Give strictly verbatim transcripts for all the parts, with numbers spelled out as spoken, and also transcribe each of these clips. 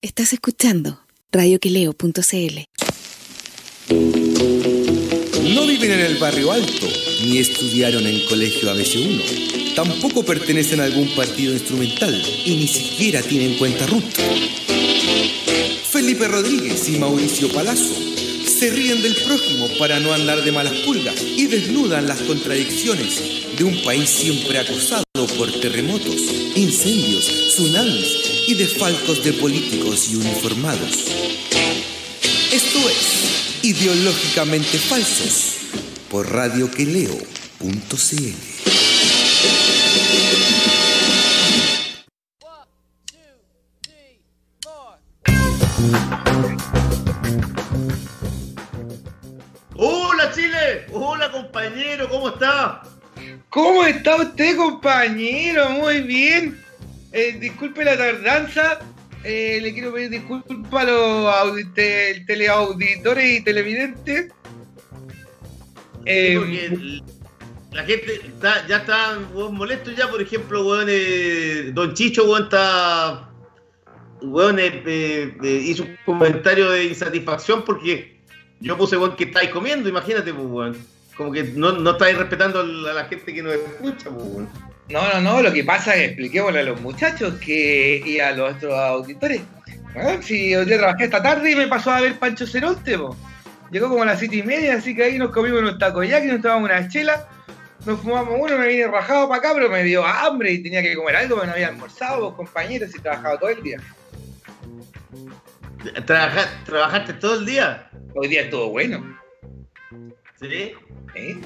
Estás escuchando radio que leo punto c l. No viven en el barrio alto, ni estudiaron en colegio A B C uno. Tampoco pertenecen a algún partido instrumental y ni siquiera tienen cuenta R U T. Felipe Rodríguez y Mauricio Palazzo se ríen del prójimo para no andar de malas pulgas y desnudan las contradicciones de un país siempre acosado por terremotos, incendios, tsunamis y desfalcos de políticos y uniformados. Esto es Ideológicamente Falsos por radio que leo punto c l. Hola Chile, hola compañero, ¿cómo está? ¿Cómo está usted, compañero? Muy bien. Eh, disculpe la tardanza. Eh, le quiero pedir disculpas a los audi- te- teleauditores y televidentes. Eh, Porque la gente está, ya está molesto ya, por ejemplo, weón, eh, Don Chicho, weón, está, weón, eh, eh, eh, hizo un comentario de insatisfacción porque yo puse, weón, que estáis comiendo, imagínate, pues, weón. Como que no, no estáis respetando a la gente que nos escucha, pues, weón. No, no, no, lo que pasa es que expliquémosle a los muchachos que y a los otros auditores. Bueno, si yo trabajé esta tarde y me pasó a ver Pancho Ceronte, po. Llegó como a las siete y media, así que ahí nos comimos unos takoyaki, nos tomamos una chela, nos fumamos uno, me vine rajado para acá, pero me dio hambre y tenía que comer algo porque no había almorzado, vos, compañeros, y trabajaba todo el día. ¿Trabaja, ¿Trabajaste todo el día? Hoy día estuvo bueno. ¿Sí? ¿Eh?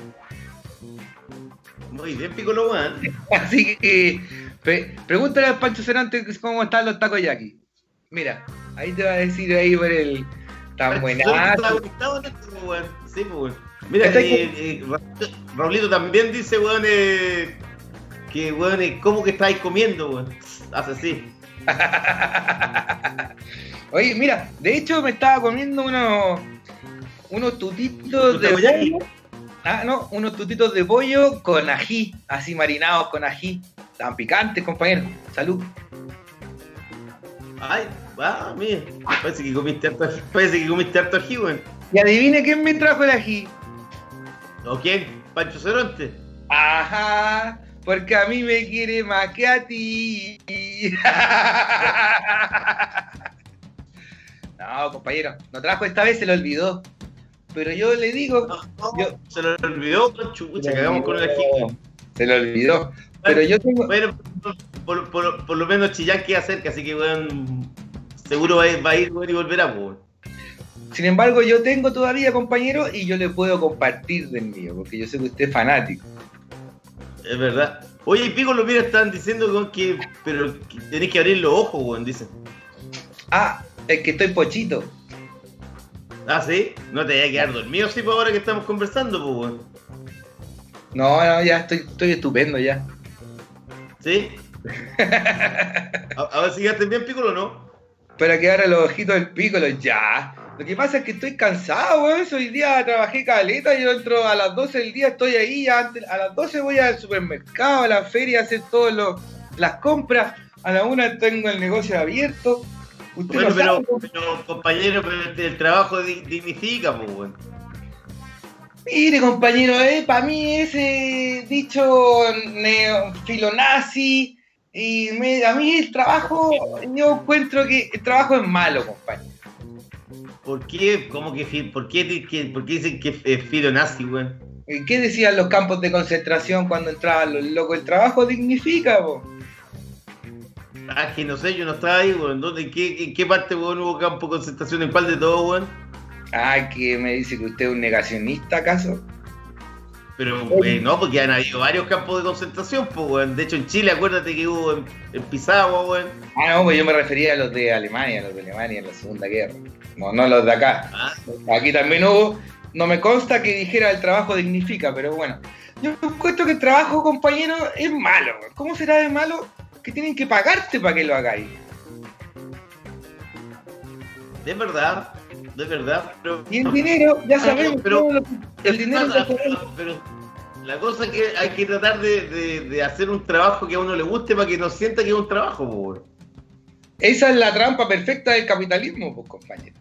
Muy bien, Piccolo, weón. Así que pre- pregúntale al Pancho Ceronte cómo están los takoyaki. Mira, ahí te va a decir ahí por el tan buenazo. Sí, pues, weón. Mira, eh, eh, Raulito también dice, weón, eh, que, weón, eh, ¿cómo que estáis comiendo, weón? Hace así. Oye, mira, de hecho me estaba comiendo unos unos tutitos de pollo. Ah, no, unos tutitos de pollo con ají, así marinados con ají. Tan picantes, compañero. Salud. Ay, ah, mira, parece que comiste harto ají, parece que comiste harto ají, weón. Y adivine quién me trajo el ají. ¿O quién? ¿Pancho Ceronte? Ajá, porque a mí me quiere más que a ti. No, compañero, no trajo esta vez, se lo olvidó. Pero yo le digo... No, no, yo, se lo olvidó, chucha, cagamos con el ají. Se lo olvidó. Pero yo tengo... Bueno, por, por, por lo menos Chillán queda cerca, así que, weón, seguro va a ir, va a ir weón, y volverá, weón. Sin embargo, yo tengo todavía, compañero, y yo le puedo compartir del mío, porque yo sé que usted es fanático. Es verdad. Oye, y Piccolo, mira, están diciendo weón, que... Pero que tenés que abrir los ojos, weón, dicen. Ah, es que estoy pochito. Ah, ¿sí? No te vayas a quedar dormido, sí, por ahora que estamos conversando, pues, weón. No, no, ya estoy, estoy estupendo ya. ¿Sí? a, a ver si quedaste bien, Piccolo, ¿no? Para que ahora los ojitos del Piccolo, ya. Lo que pasa es que estoy cansado, weón. Hoy día trabajé caleta, yo entro a las doce del día, estoy ahí, ya antes, a las doce voy al supermercado, a la feria, a hacer todas las compras. A la una tengo el negocio abierto. Usted bueno, no pero, sabe, pero, compañero, pero el trabajo dignifica, pues, weón. Mire, compañero, eh, para mí ese dicho neo, filonazi, y me, a mí el trabajo, yo encuentro que el trabajo es malo, compañero. ¿Por qué? ¿Cómo que? ¿Por qué, que, por qué dicen que es filonazi, weón? ¿Qué decían los campos de concentración cuando entraban los locos? El trabajo dignifica, po. Ah, que no sé, yo no estaba ahí, weón. ¿Dónde, en, qué, en qué parte, weón, hubo campo de concentración? ¿En cuál de todo, weón? Ah, que me dice que usted es un negacionista, ¿acaso? Pero, eh, no, porque han habido varios campos de concentración, pues, weón. De hecho, en Chile, acuérdate que hubo en, en Pisagua, weón. Ah, no, pues yo me refería a los de Alemania, los de Alemania en la Segunda Guerra. No, no los de acá. Ah. Aquí también hubo. No me consta que dijera el trabajo dignifica, pero bueno. Yo encuentro que el trabajo, compañero, es malo. ¿Cómo será de malo que tienen que pagarte para que lo hagáis? Es verdad, es verdad. Pero, y el dinero, ya sabemos, pero, pero el dinero... Pasa, pero, pero la cosa es que hay que tratar de, de, de hacer un trabajo que a uno le guste para que no sienta que es un trabajo, weón. Esa es la trampa perfecta del capitalismo, pues, compañero.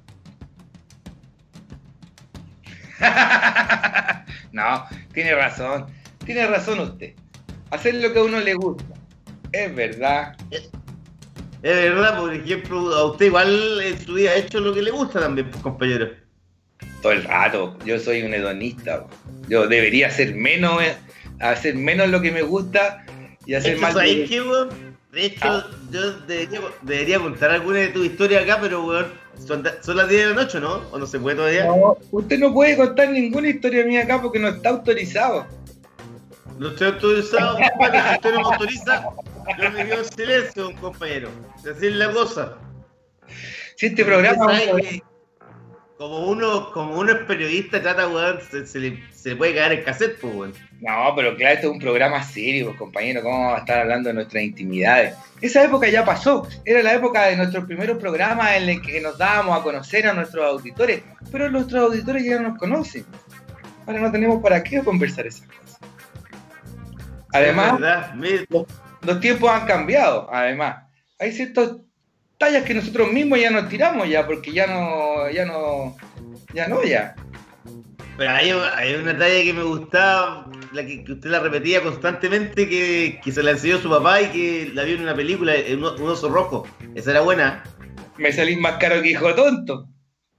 No, tiene razón. Tiene razón usted. Hacer lo que a uno le gusta. Es verdad. Es, es verdad, por ejemplo, a usted igual en su vida ha hecho lo que le gusta también, pues, compañero. Todo el rato. Yo soy un hedonista. Yo debería hacer menos, hacer menos lo que me gusta y hacer Es que más. ¿sabes lo que... qué, weón? De hecho, Ah. yo debería, debería contar alguna de tus historias acá, pero weón, son, son las diez de la noche, ¿no? ¿O no se puede todavía? No, usted no puede contar ninguna historia mía acá porque no está autorizado. No estoy autorizado, compadre. Si usted no me autoriza, yo me quedo en silencio, compañero. Así es la cosa. Si este programa... Usted sabe que como uno, como uno es periodista, trata, weón, se, se, le, se le puede caer el cassette, pues, weón. No, pero claro, esto es un programa serio, pues, compañero. ¿Cómo vamos a estar hablando de nuestras intimidades? Esa época ya pasó. Era la época de nuestros primeros programas en el que nos dábamos a conocer a nuestros auditores. Pero nuestros auditores ya no nos conocen. Ahora no tenemos para qué conversar esas cosas. Además, Es verdad, mire, los, los tiempos han cambiado. Además, hay ciertas tallas que nosotros mismos ya nos tiramos ya, porque ya no, ya no, ya no, ya. pero hay, hay una talla que me gustaba, la que, que usted la repetía constantemente, que, que se la enseñó su papá y que la vio en una película, en un, un oso rojo. Esa era buena. Me salís más caro que hijo tonto.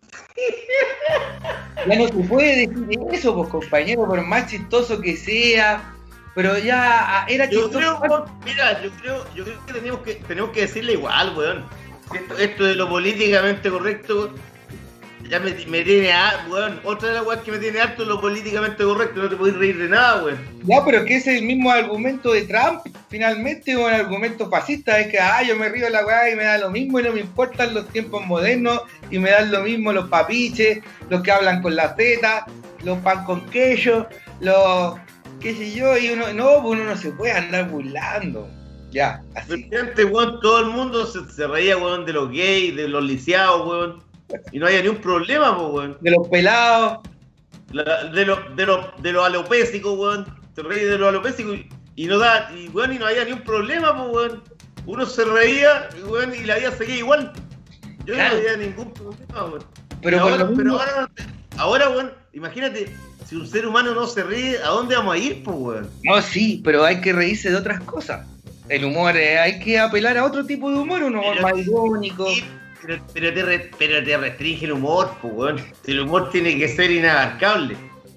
Ya no se puede decir eso, pues, compañero, por más chistoso que sea. Pero ya era Yo chistoso. creo, mira, yo creo, yo creo que tenemos que, tenemos que decirle igual, weón. Esto, esto de lo políticamente correcto, ya me, me tiene, a, weón, otra de las weas que me tiene harto es lo políticamente correcto, no te podés reír de nada, weón. Ya, pero que ese es el mismo argumento de Trump, finalmente, o el argumento fascista, es que, ah, yo me río de la weá y me da lo mismo y no me importan los tiempos modernos y me dan lo mismo los papiches, los que hablan con la Z, los pan con queso, los, qué sé yo, y uno, no, uno no se puede andar burlando. Ya, así. Pero antes, weón, todo el mundo se, se reía, weón, de los gays, de los lisiados, weón. Y no había ni un problema, po, weón. De los pelados. La, de los de los de los alopésicos, weón. Se reía de los alopésicos y, y no da, y weón, y no había ni un problema, po, weón. Uno se reía, weón, y la vida seguía igual. Yo Claro. no había ningún problema, weón. Pero Y con ahora, lo pero mismo- ahora, ahora, weón, imagínate, si un ser humano no se ríe, ¿a dónde vamos a ir, po, weón? No, sí, pero hay que reírse de otras cosas. El humor, eh, hay que apelar a otro tipo de humor, un humor Pero- más irónico. Y- pero, pero, te re- pero te restringe el humor, po, weón. Si el humor tiene que ser inabarcable.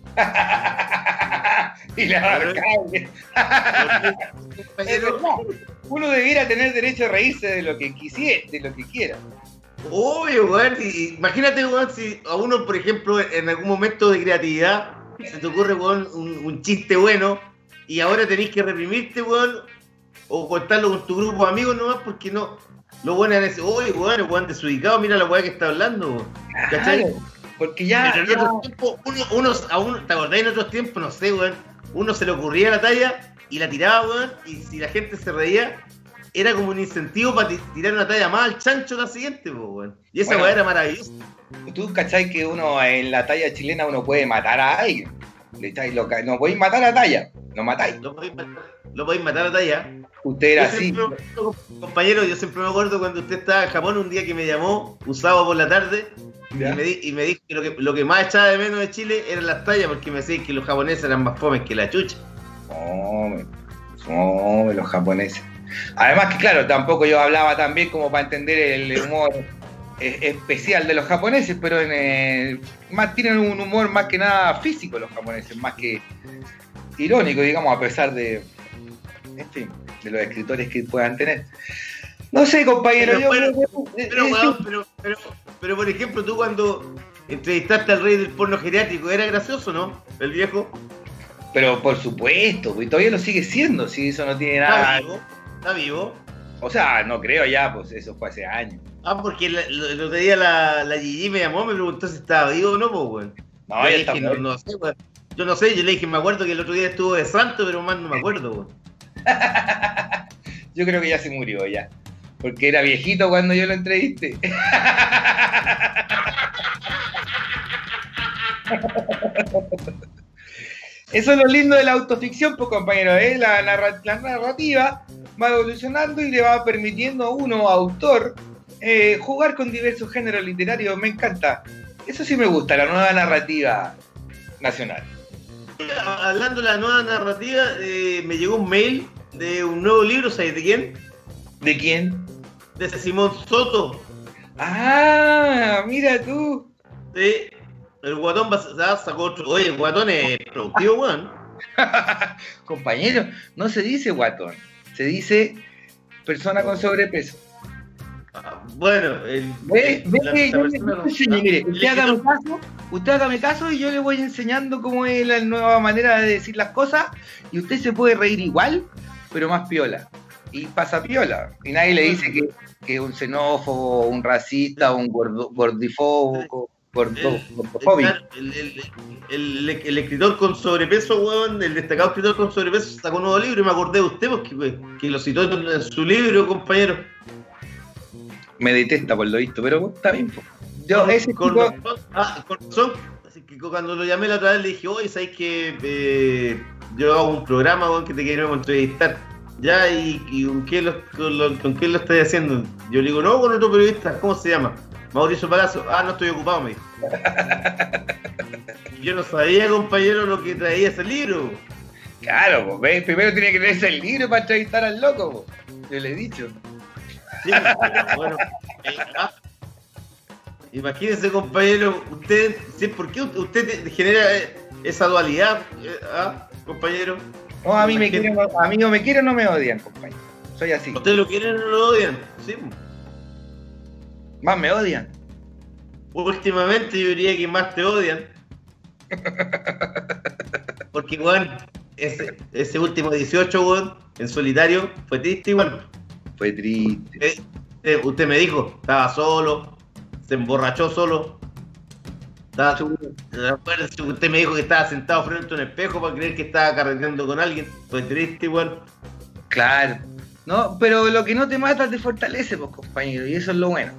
Y la Porque- Es Compañero, verdad. Uno debiera tener derecho a reírse de lo que quisiera, de lo que quiera. obvio, weón. y- Imagínate, weón, si a uno, por ejemplo, en algún momento de creatividad se te ocurre, weón, un, un chiste bueno y ahora tenés que reprimirte, weón, o contarlo con tu grupo de amigos nomás porque no. Lo bueno es decir, oye, weón, el weón desubicado, mira la weá que está hablando, weón. ¿Cachai? Claro, porque ya, Pero en ya- otros tiempos, uno, uno, a uno, ¿te acordás en otros tiempos? No sé, weón. Uno se le ocurría la talla y la tiraba, weón, y si la gente se reía, era como un incentivo para tirar una talla más al chancho la siguiente, po, weón. Y esa Bueno. weá era maravillosa. tú cachai que uno en la talla chilena uno puede matar a alguien. Le echáis lo ca- No podéis matar a talla, lo matáis. Lo podéis matar, lo podéis matar a talla. Usted era Yo así. siempre me acuerdo, compañero, yo siempre me acuerdo cuando usted estaba en Japón un día que me llamó, un sábado por la tarde, ¿Ya? y me, di- y me dijo que lo, que lo que más echaba de menos de Chile eran las tallas, porque me decían que los japoneses eran más fomes que la chucha. Fome, fome los japoneses. Además que claro, tampoco yo hablaba tan bien como para entender el humor eh, especial de los japoneses, pero en, eh, más tienen un humor más que nada físico los japoneses, más que irónico, digamos, a pesar de, en fin, de los escritores que puedan tener. No sé, compañero, Pero, yo bueno, creo que- Pero, eh, weón, sí. pero, pero, pero, por ejemplo, tú cuando entrevistaste al rey del porno geriátrico, ¿era gracioso, no? El viejo. Pero por supuesto, y todavía lo sigue siendo, si eso no tiene Está nada. vivo. Está vivo. O sea, no creo ya, pues eso fue hace años. Ah, porque la- lo- el otro día la, la Gigi me llamó, me preguntó si estaba vivo o no, pues, weón. No, Yo ya le está dije, no, muerto. no sé, weón. Yo no sé, yo le dije, me acuerdo que el otro día estuvo de santo, pero más no me acuerdo, weón. Yo creo que ya se murió ya. Porque era viejito cuando yo lo entrevisté. Eso es lo lindo de la autoficción, pues compañero, ¿eh? la, narra- la narrativa va evolucionando y le va permitiendo a uno, autor, eh, jugar con diversos géneros literarios, me encanta. Eso sí me gusta, la nueva narrativa nacional. Hablando de la nueva narrativa, eh, me llegó un mail de un nuevo libro, ¿sabes de quién? ¿De quién? De Simón Soto. Ah, mira tú. Sí, el Guatón va a sacó otro. Oye, el Guatón es productivo, weón. Compañero, no se dice guatón, se dice persona con sobrepeso. Ah, bueno, el, ¿Ve? ¿Ve? la, la Yo le- persona yo con- le enseño, mire, el usted hágame escritor- caso, usted hágame caso y yo le voy enseñando cómo es la nueva manera de decir las cosas y usted se puede reír igual, pero más piola. Y pasa piola. Y nadie le dice que, que es un xenófobo, un racista, un gordo, gordifóbico, gordo, gordofóbico. El, el, el, el, el escritor con sobrepeso, weón, el destacado escritor con sobrepeso sacó un nuevo libro y me acordé de usted porque weón, que lo citó en su libro, compañero. Me detesta por lo visto, pero bueno, está bien. Po. Yo, ese con, chico, razón, ah, con razón, así que cuando lo llamé la otra vez le dije, oye, ¿sabes que eh, yo hago un programa, weón, que te queremos entrevistar? Ya, ¿y, y con, qué lo, con, lo, con qué lo estoy haciendo? Yo le digo, no, con otro periodista, ¿cómo se llama? Mauricio Palazzo. Ah, no estoy ocupado, me dijo. Yo no sabía, compañero, lo que traía ese libro. claro, po, ¿ves? Primero tiene que leerse el libro para entrevistar al loco. Po. Yo le he dicho. Sí, pero bueno, eh, ah, imagínese, compañero, usted, ¿sí? ¿Por qué usted genera eh, esa dualidad, eh, ah, compañero? No, a mí me Imagínate. quieren, a mí no me quieren o no me odian, compañero. Soy así. ¿Ustedes lo quieren o no lo odian? Sí. Más me odian. Últimamente yo diría que más te odian. Porque, weón, ese, ese último dieciocho, weón, en solitario, fue triste igual. Fue triste. Eh, eh, usted me dijo, estaba solo, se emborrachó solo. Estaba, acuérdense, usted me dijo que estaba sentado frente a un espejo para creer que estaba carreteando con alguien. Fue triste igual. Claro. No, pero lo que no te mata te fortalece, pues, compañero, y eso es lo bueno.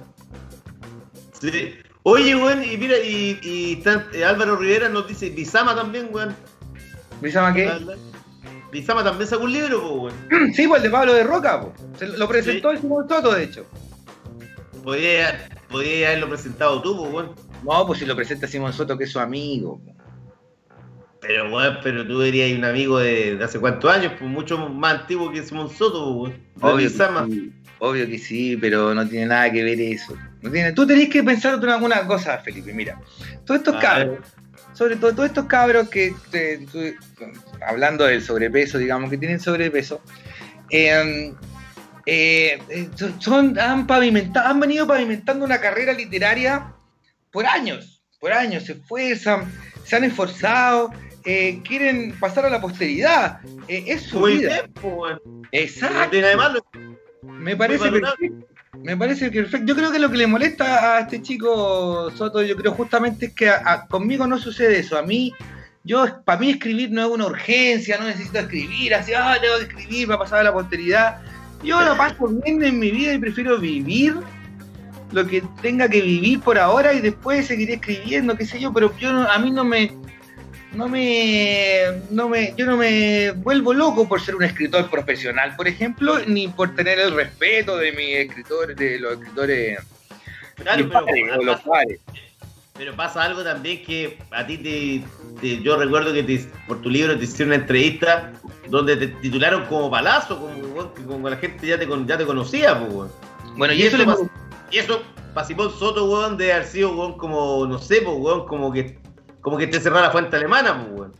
Sí. Oye, weón, y mira, y, y está- eh, Álvaro Rivera nos dice, Bizama también, weón. ¿Me llama qué? Bizama también sacó un libro, pues, weón. Sí, pues el de Pablo de Roca, pues. Se lo presentó el Simón Soto, de hecho. Podría, podría haberlo presentado tú, pues, weón. No, pues si lo presenta Simón Soto, que es su amigo. Pero, weón, pero tú eres un amigo de, de hace cuántos años, pues mucho más antiguo que Simón Soto, pues, weón. De Obvio que, Bizama. sí, obvio que sí, pero no tiene nada que ver eso. No tiene, tú tenés que pensar en alguna cosa, Felipe. Mira, todos estos A cabros, sobre todo todos estos cabros que, te- tú- hablando del sobrepeso, digamos, que tienen sobrepeso, eh, eh, eh, son, han, pavimentado, han venido pavimentando una carrera literaria por años, por años, se esfuerzan, se han esforzado, eh, quieren pasar a la posteridad. Eh, es su Muy vida. bien, pues, weón. No Exacto. tiene nada de malo. Me parece Muy perfecto. Me parece perfecto. Yo creo que lo que le molesta a este chico Soto, yo creo justamente es que a- a- conmigo no sucede eso. A mí, yo, para mí escribir no es una urgencia, no necesito escribir, así, ah, tengo que escribir para pasar a la posteridad. Yo lo paso bien en mi vida y prefiero vivir lo que tenga que vivir por ahora y después seguiré escribiendo, qué sé yo, pero yo no- a mí no me, no me, no me, yo no me vuelvo loco por ser un escritor profesional, por ejemplo, ni por tener el respeto de mis escritores, de los escritores Claro, mis pero, pares o los pares. pero pasa algo también que a ti te, te- yo recuerdo que te- por tu libro te hicieron una entrevista donde te titularon como Palazzo, como, weón, que como la gente ya te, con- ya te conocía, pues, weón. Bueno, y, Y eso, eso le pasa- Y eso, para Simón Soto, weón, debe haber sido, weón, como, no sé, pues, weón, como que, como que te cerrara la fuente alemana, pues, weón.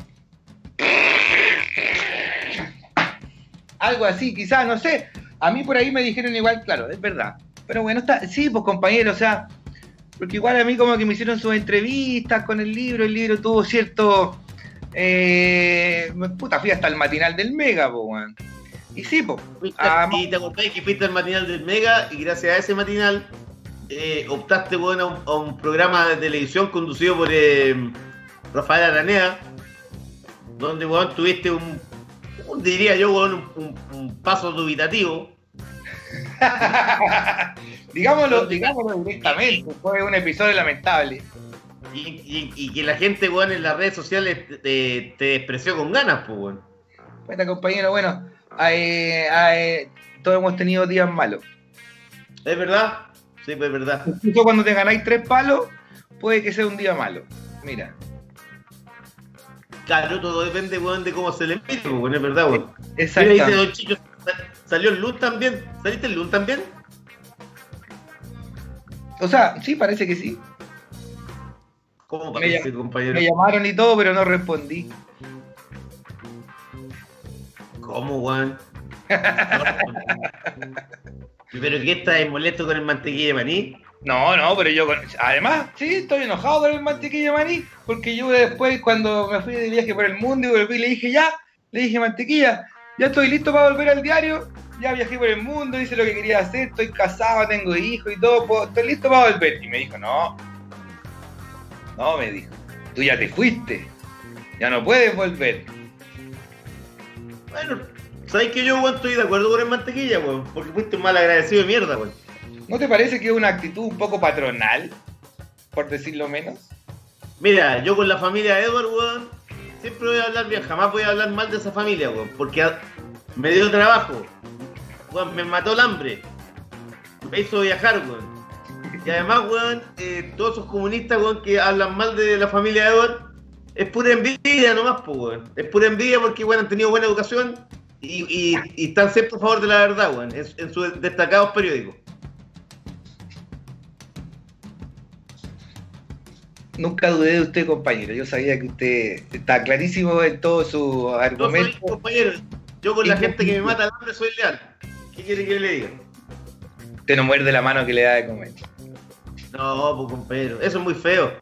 algo así, quizás, no sé. A mí por ahí me dijeron igual, claro, es verdad. Pero bueno, está, sí, pues compañero, o sea, porque igual a mí como que me hicieron sus entrevistas con el libro, el libro tuvo cierto... Eh, puta, fui hasta el matinal del Mega, pues, weón. Y sí, pues. Fuiste- ah, y te acordáis que fuiste al matinal del Mega y gracias a ese matinal eh, optaste, weón, a un, a un programa de televisión conducido por eh, Rafael Aranea, donde, weón, tuviste un, un, diría yo, weón, un, un, un paso dubitativo. digámoslo, digámoslo directamente, fue un episodio lamentable. Y, y, y que la gente, weón, en las redes sociales te, te expresó con ganas, pues, weón. Bueno, compañero, bueno, eh, eh, todos hemos tenido días malos. ¿Es verdad? Sí, pues es verdad. Incluso cuando te ganáis tres palos, puede que sea un día malo. Mira. Claro, todo depende, weón, de cómo se le mire, weón, es verdad, weón. Exacto. Mira, dice Don Chicho, ¿salió el Lun también? ¿Saliste el Lun también? O sea, sí, parece que sí. ¿Cómo Me, parece, llam- compañero? me llamaron y todo, pero no respondí. ¿Cómo, weón? ¿Pero qué estás molesto con el mantequilla de maní? No, no, pero yo, con- además, sí, estoy enojado con el mantequilla maní, porque yo después, cuando me fui de viaje por el mundo y volví, le dije, ya, le dije, mantequilla, ya estoy listo para volver al diario, ya viajé por el mundo, hice lo que quería hacer, estoy casado, tengo hijos y todo, puedo- estoy listo para volver. Y me dijo, no, no, me dijo, tú ya te fuiste, ya no puedes volver. Bueno, ¿sabes que yo, weón, estoy de acuerdo con el mantequilla, weón? Porque fuiste un mal agradecido de mierda, weón. ¿No te parece que es una actitud un poco patronal, por decirlo menos? Mira, yo con la familia de Edward, weón, siempre voy a hablar bien, jamás voy a hablar mal de esa familia, weón, porque a- me dio trabajo, weón, me mató el hambre, me hizo viajar, weón. Y además, weón, eh, todos esos comunistas, weón, que hablan mal de la familia de Edward, es pura envidia nomás, pues, weón. Es pura envidia porque, weón, han tenido buena educación y, y, y están siempre a favor de la verdad, weón, en, en sus destacados periódicos. Nunca dudé de usted, compañero. Yo sabía que usted está clarísimo en todo su No soy, argumento. compañero, yo con la Y- gente que me mata el hambre soy leal. ¿Qué quiere que le diga? Usted no muerde la mano que le da de comer. No, pues compañero, eso es muy feo.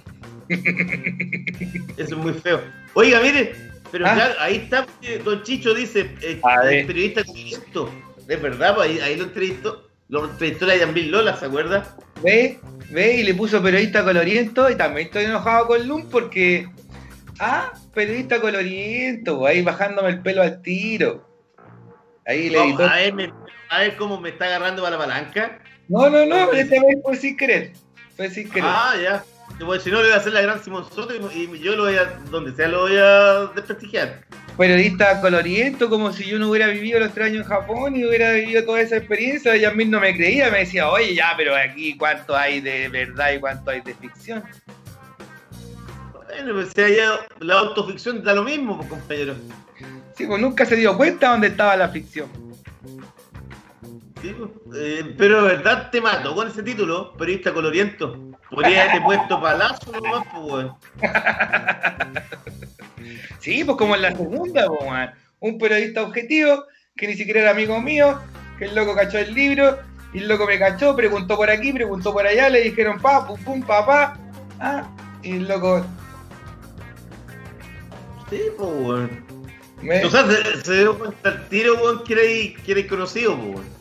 Eso es muy feo. Oiga, mire, pero Ah. claro, ahí está, eh, Don Chicho dice, eh, A ver. el periodista coloriento. Es verdad, pues ahí, ahí lo entrevistó, lo entrevistó la Yambil Lola, ¿se acuerda? Ve, ve, y le puso periodista coloriento, y también estoy enojado con Lum porque. Ah, periodista coloriento, ahí bajándome el pelo al tiro. Ahí le No, editó. a, ver, me- a ver cómo me está agarrando para la palanca. No, no, no, esta vez fue sin querer. Fue sin querer. Ah, ya. Pues, si no, le voy a hacer la gran Simón Soto y, y yo lo voy a, donde sea, lo voy a desprestigiar. Periodista coloriento, como si yo no hubiera vivido los tres años en Japón y hubiera vivido toda esa experiencia. Y a mí no me creía, me decía, oye, ya, pero aquí cuánto hay de verdad y cuánto hay de ficción. Bueno, pues si allá la autoficción da lo mismo, pues, compañero. Sí, pues nunca se dio cuenta dónde estaba la ficción. Sí, pues, eh, pero de verdad te mató con ese título, periodista coloriento. Podría haberte puesto palazo nomás, pues, weón. Sí, pues como en la segunda, pues, man. Un periodista objetivo, que ni siquiera era amigo mío, que el loco cachó el libro, y el loco me cachó, preguntó por aquí, preguntó por allá, le dijeron pa, pum, pum, pa, pa. Ah, y el loco Sí, pues, weón. me... O sea, se, se dio cuenta el tiro, weón, que erais que erais conocido, pues, weón.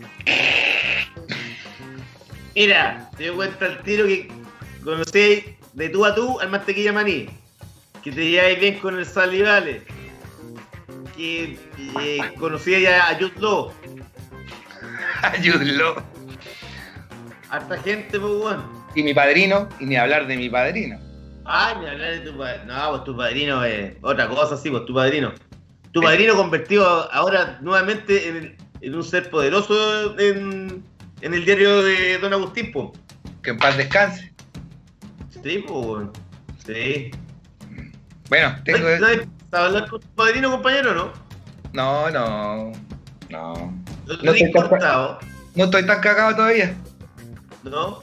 Mira, se dio cuenta el tiro que conocéis de tú a tú al mantequilla maní. Que te lleváis bien con el Salivale. Que eh, conocíais ya a Jude Law. ayúdalo. Harta gente, pues, weón. Y mi padrino, y ni hablar de mi padrino. Ay, ni hablar de tu padrino. No, pues tu padrino es otra cosa, sí, pues tu padrino. Tu padrino convertido ahora nuevamente en, el- en un ser poderoso en, en el diario de Don Agustín, pues. Que en paz descanse. Sí, pues, weón. Sí. Bueno, tengo... ¿No has empezado a hablar con tu padrino, compañero, no? No, no, no. No No te te he cortado, No estoy tan cagado todavía. ¿no?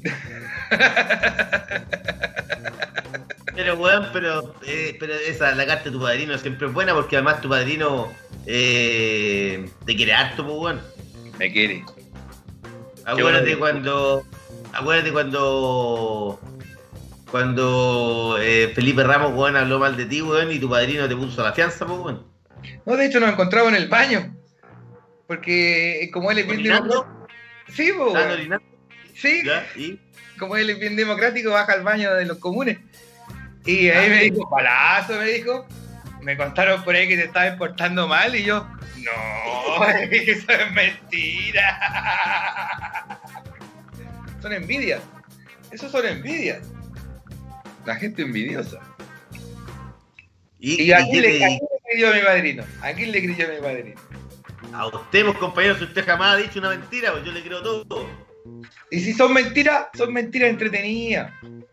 Pero, weón, pero, eh, pero esa, la carta de tu padrino siempre es buena porque además tu padrino eh, te quiere harto, pues, weón. Me quiere. Acuérdate bueno. cuando. Acuérdate cuando. Cuando eh, Felipe Ramos, weón, habló mal de ti, weón, y tu padrino te puso la fianza, pues, weón. No, de hecho nos encontramos en el baño. Porque como él es bien ¿Orinando? democrático. Sí, po, ¿Estaban weón. orinando? Sí, ¿Ya? ¿Y? como él es bien democrático, baja al baño de los comunes. Y ahí me dijo, palazo, me dijo. Me contaron por ahí que te estabas portando mal y yo, no, eso es mentira. Son envidias. Eso son envidias. La gente envidiosa. ¿Y, ¿Y a y quién qué le, te- a quién le creyó a mi padrino? ¿A quién le creyó a mi padrino? A usted, pues, compañero, si usted jamás ha dicho una mentira, pues yo le creo todo. Y si son mentiras, son mentiras entretenidas.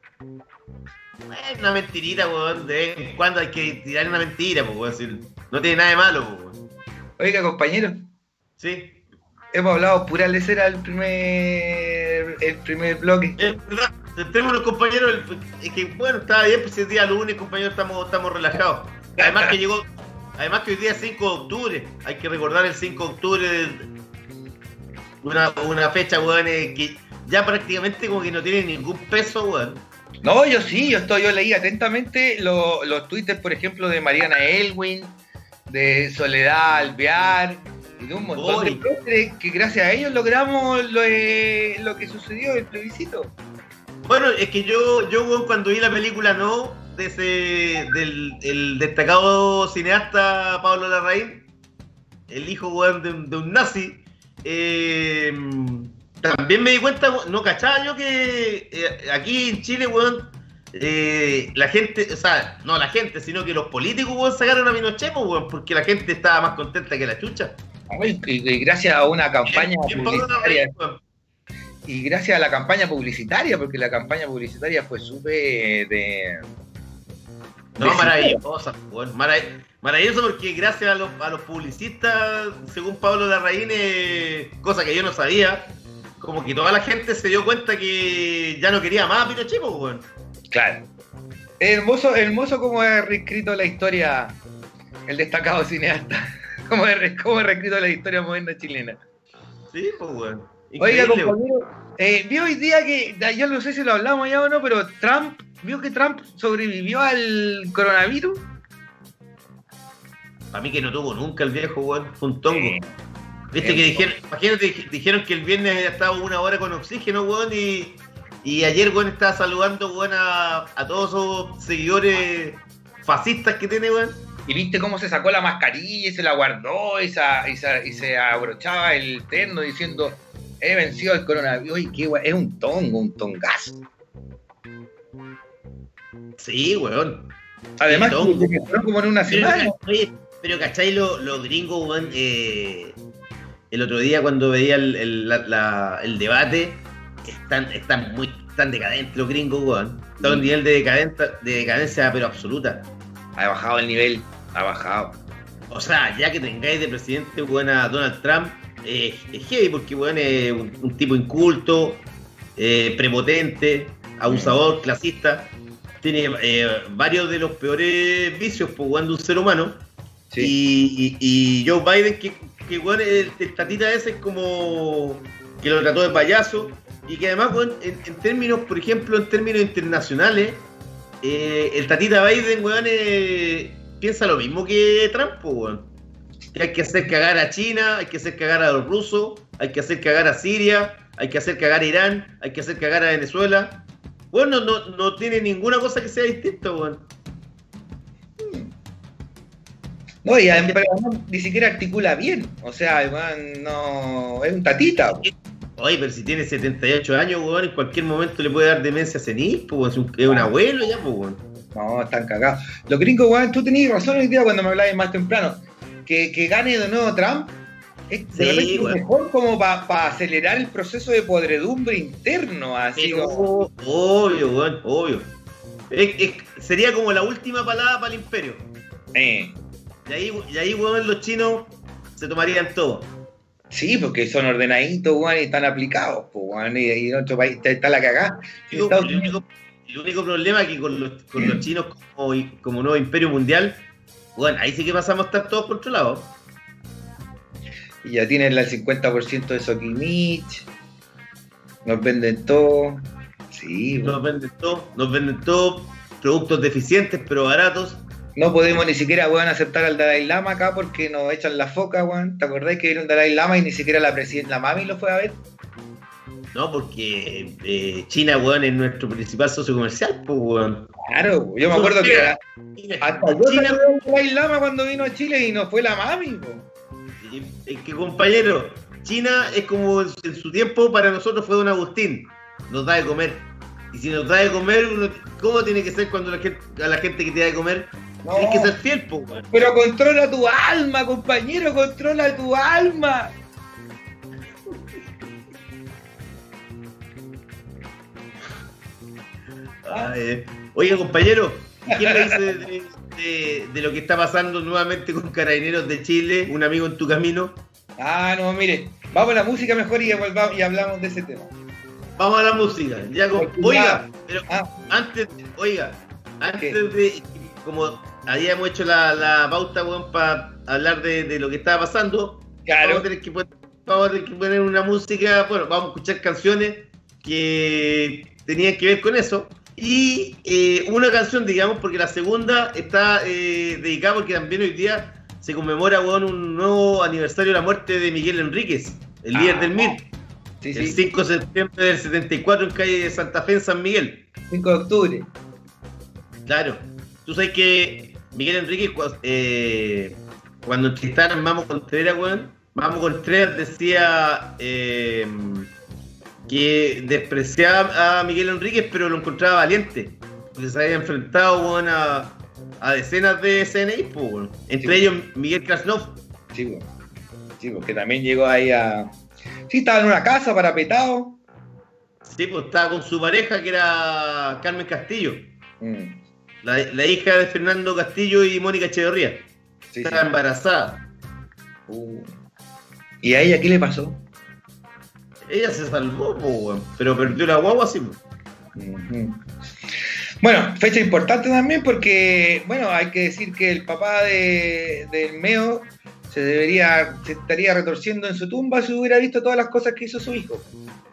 Es una mentirita, weón. De vez en cuando hay que tirar una mentira, pues, weón. Si no tiene nada de malo, pues, weón. Oiga, compañero. Sí. Hemos hablado pura lecera el primer, el primer bloque. Es verdad. Tenemos los compañeros, es que bueno, estaba bien, pues si es día lunes, compañeros, estamos, estamos relajados. Además que llegó, además que hoy día es cinco de octubre, hay que recordar el cinco de octubre, una, una fecha, weón, eh, que ya prácticamente como que no tiene ningún peso, weón. No, yo sí, yo estoy, yo leí atentamente los, los twitters, por ejemplo, de Mariana Elwin, de Soledad Alvear, y de un montón Oy. de próceres que gracias a ellos logramos lo, eh, lo que sucedió el plebiscito. Bueno, es que yo, yo weón, cuando vi la película No, de ese, del el destacado cineasta Pablo Larraín, el hijo, weón, de, un- de un nazi, eh, también me di cuenta, no cachaba yo que eh, aquí en Chile, weón, eh, la gente, o sea, no la gente, sino que los políticos, weón, sacaron a Pinochet, pues, weón, porque la gente estaba más contenta que la chucha. Y, y- y gracias a una campaña Bien, Pablo publicitaria, Larraín, weón. y gracias a la campaña publicitaria, porque la campaña publicitaria fue súper de... No, de- maravillosa, weón, marav- maravilloso porque gracias a los, a los publicistas, según Pablo Larraín, eh, cosa que yo no sabía, como que toda la gente se dio cuenta que ya no quería más a Pinochet, pues, weón. Claro. Hermoso, hermoso como ha reescrito la historia el destacado cineasta. Como ha re- como ha reescrito la historia moderna chilena. Sí, pues, weón. Oiga, Increíble, weón. compañero, eh, vio hoy día que, yo no sé si lo hablamos ya o no, pero Trump, vio que Trump sobrevivió al coronavirus. Para mí que no tuvo nunca el viejo, weón, fue un tongo. Eh, Viste eh, que dijeron, imagínate, dij- dijeron que el viernes había estado una hora con oxígeno, weón, y, y ayer, weón, estaba saludando, weón, a, a todos esos seguidores fascistas que tiene, weón. Y viste cómo se sacó la mascarilla y se la guardó y se, y se, y se abrochaba el terno diciendo, he vencido el coronavirus. Uy, qué guay, es un tongo, un tongazo. Sí, weón. Además, Sí, tongo. que fueron como en una Pero, semana. oye, pero ¿cachai los lo gringos, weón? Eh, el otro día cuando veía el, el, la- la- el debate, están, están muy están decadentes los gringos, weón. Está a un nivel de, decadenta- de decadencia, pero absoluta. Ha bajado el nivel, ha bajado. O sea, ya que tengáis de presidente, weón, a Donald Trump, eh, es heavy porque, weón, es un, un tipo inculto, eh, prepotente, abusador, clasista. Tiene eh, varios de los peores vicios, pues, weón, de un ser humano. Sí. Y, y, y Joe Biden, que, que weón, el, el tatita ese es como que lo trató de payaso. Y que además, weón, en, en términos, por ejemplo, en términos internacionales, eh, el tatita Biden, weón, eh, piensa lo mismo que Trump, pues, weón. Que hay que hacer cagar a China, hay que hacer cagar a los rusos, hay que hacer cagar a Siria, hay que hacer cagar a Irán, hay que hacer cagar a Venezuela. Bueno, no, no, no tiene ninguna cosa que sea distinta, weón. No, y además, pero además ni siquiera articula bien. O sea, además no. Es un tatita. po. Oye, pero si tiene setenta y ocho años, weón, en cualquier momento le puede dar demencia senil, pues, weón, es un, es un abuelo ya, pues, weón. No, están cagados. Los gringos, weón, tú tenías razón hoy día cuando me hablabas más temprano. Que, que gane de nuevo Trump es de Sí, repente weón. mejor como para pa acelerar el proceso de podredumbre interno. Así Pero, como. obvio, weón, obvio. Es- es- sería como la última palabra para el imperio. Eh, Y ahí, y ahí, weón, los chinos se tomarían todo. sí, porque son ordenaditos, weón, y están aplicados, pues, weón, y, y en otro país está, está la cagada. En Digo, Estados el, único, el único problema es que con los, con los chinos como, como nuevo imperio mundial, bueno, ahí sí que pasamos a estar todos controlados. Y ya tienen el cincuenta por ciento de Sokimich. Nos venden todo. Sí, Nos weón. venden todo, nos venden todo, productos deficientes pero baratos. No podemos ni siquiera, weón, aceptar al Dalai Lama acá porque nos echan la foca, weón. ¿Te acordás que vieron Dalai Lama y ni siquiera la presidenta, la mami lo fue a ver? No, porque eh, China, weón, es nuestro principal socio comercial, pues, weón. Claro, yo me acuerdo que hasta yo China, saludé al Dalai Lama cuando vino a Chile y no fue la mami, weón. es que, compañero, China es como en en su tiempo para nosotros fue Don Agustín, nos da de comer. Y si nos da de comer, uno- ¿cómo tiene que ser cuando la gente, a la gente que te da de comer? No. Tienes que ser fiel, pues, weón. Pero controla tu alma, compañero, controla tu alma. Ah, eh. Oiga, compañero, ¿qué le dice de, de, de, de lo que está pasando nuevamente con Carabineros de Chile? Un amigo en tu camino. Ah, no, mire, vamos a la música mejor y, volvamos, y hablamos de ese tema. Vamos a la música. Ya con, oiga, pero ah. antes, oiga, antes ¿Qué? de, como habíamos hecho la, la pauta, weón, para hablar de, de lo que estaba pasando, claro. vamos a tener que poner, vamos a tener que poner una música, bueno, vamos a escuchar canciones que tenían que ver con eso. Y eh, una canción, digamos, porque la segunda está eh, dedicada porque también hoy día se conmemora, bueno, un nuevo aniversario de la muerte de Miguel Enríquez, el ah, líder del M I R. Sí, el sí. cinco de septiembre del setenta y cuatro en calle de Santa Fe, en San Miguel. cinco de octubre. Claro. Tú sabes que Miguel Enríquez, eh, cuando entrevistaron Mamo Contreras, weón, Mamo Contreras decía eh, que despreciaba a Miguel Enríquez, pero lo encontraba valiente, porque se había enfrentado, weón, a, a decenas de C N I, pues, weón. Entre sí, ellos Miguel Krasnov. Sí, weón. Sí, porque también llegó ahí a... Sí, estaba en una casa parapetado. Sí, pues estaba con su pareja, que era Carmen Castillo. Mm. La, la hija de Fernando Castillo y Mónica Echeverría. Sí, estaba sí. embarazada. Uh. ¿Y a ella qué le pasó? Ella se salvó, po, pero perdió la guagua así. Uh-huh. Bueno, fecha importante también porque, bueno, hay que decir que el papá de, del Meo se debería, se estaría retorciendo en su tumba si hubiera visto todas las cosas que hizo su hijo.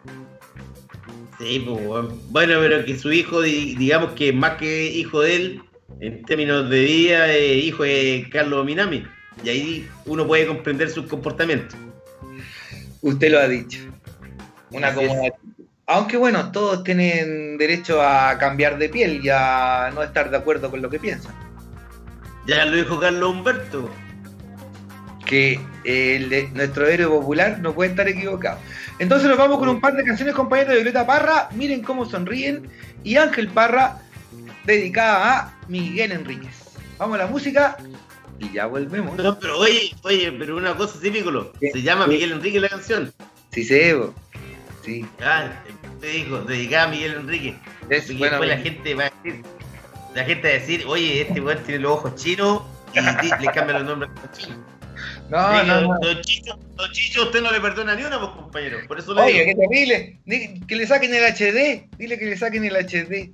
Sí, pues bueno, pero que su hijo, digamos que más que hijo de él, en términos de vida, es hijo de Carlos Minami. Y ahí uno puede comprender sus comportamientos. Usted lo ha dicho. Una comodidad. Aunque bueno, todos tienen derecho a cambiar de piel y a no estar de acuerdo con lo que piensan. Ya lo dijo Carlos Humberto. Que el, nuestro héroe popular no puede estar equivocado. Entonces nos vamos con un par de canciones, compañeros, de Violeta Parra, Miren cómo sonríen, y Ángel Parra, dedicada a Miguel Enríquez. Vamos a la música y ya volvemos. No, pero oye, oye, pero una cosa sí, Piccolo, se llama Miguel Enríquez la canción. Sí, Sebo. Sí. Ah, te dijo, dedicada a Miguel Enríquez. Es, y bueno, después la gente va a decir, la gente va a decir, oye, este weón tiene los ojos chinos y le cambian los nombres a los chinos. No, Diga, no, no. Don Chicho, don Chicho, usted no le perdona ni una, pues, compañero. Por eso le Oye, digo. Qué terrible. Que le saquen el H D. Dile que le saquen el H D.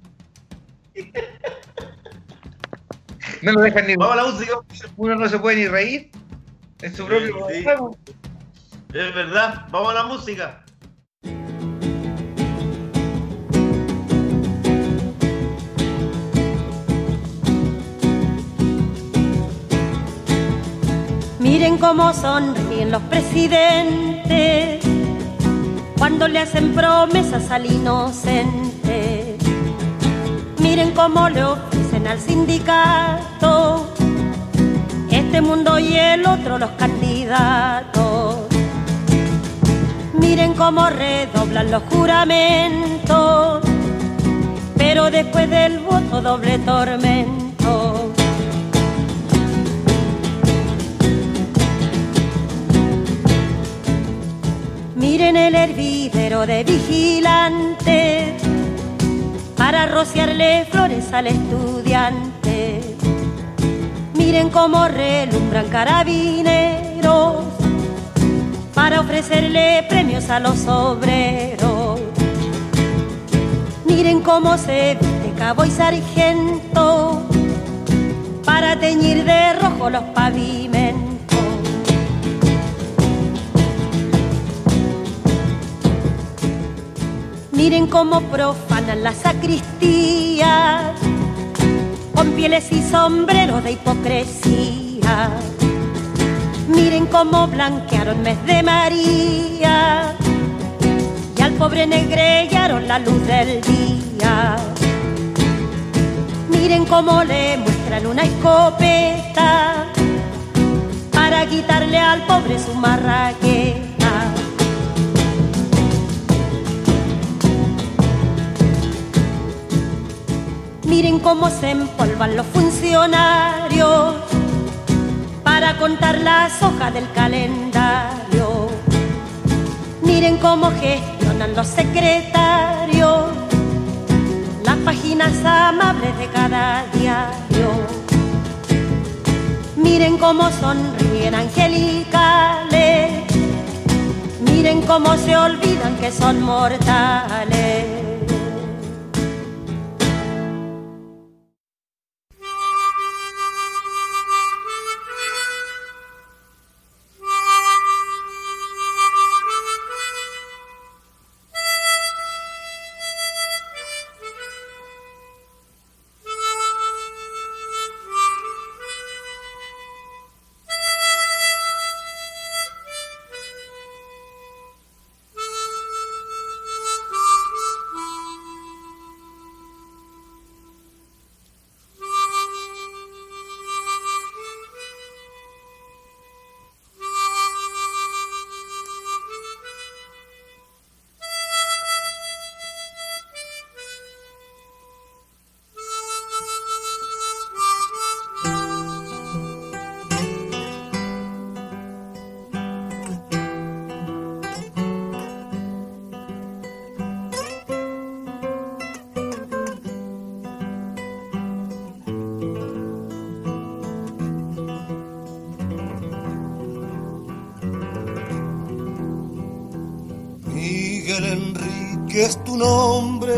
No lo dejan ni. Vamos a la música. Uno no se puede ni reír. En su propio sí, sí. Es verdad. Vamos a la música. Miren cómo sonríen los presidentes cuando le hacen promesas al inocente. Miren cómo le ofrecen al sindicato este mundo y el otro los candidatos. Miren cómo redoblan los juramentos, pero después del voto doble tormento. Miren el hervidero de vigilantes para rociarle flores al estudiante. Miren cómo relumbran carabineros para ofrecerle premios a los obreros. Miren cómo se viste cabo y sargento para teñir de rojo los pavimentos. Miren cómo profanan las sacristías con pieles y sombreros de hipocresía. Miren cómo blanquearon mes de María y al pobre negrellaron la luz del día. Miren cómo le muestran una escopeta para quitarle al pobre su marraqueta. Miren cómo se empolvan los funcionarios para contar las hojas del calendario. Miren cómo gestionan los secretarios las páginas nenas amables de cada diario. Miren cómo sonríen angelicales, miren cómo se olvidan que son mortales. Miguel Enrique es tu nombre,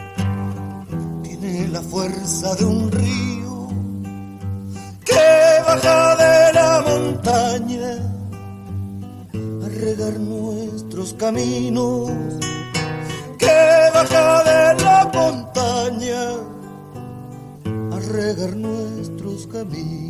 tiene la fuerza de un río que baja de la montaña a regar nuestros caminos, que baja de la montaña a regar nuestros caminos.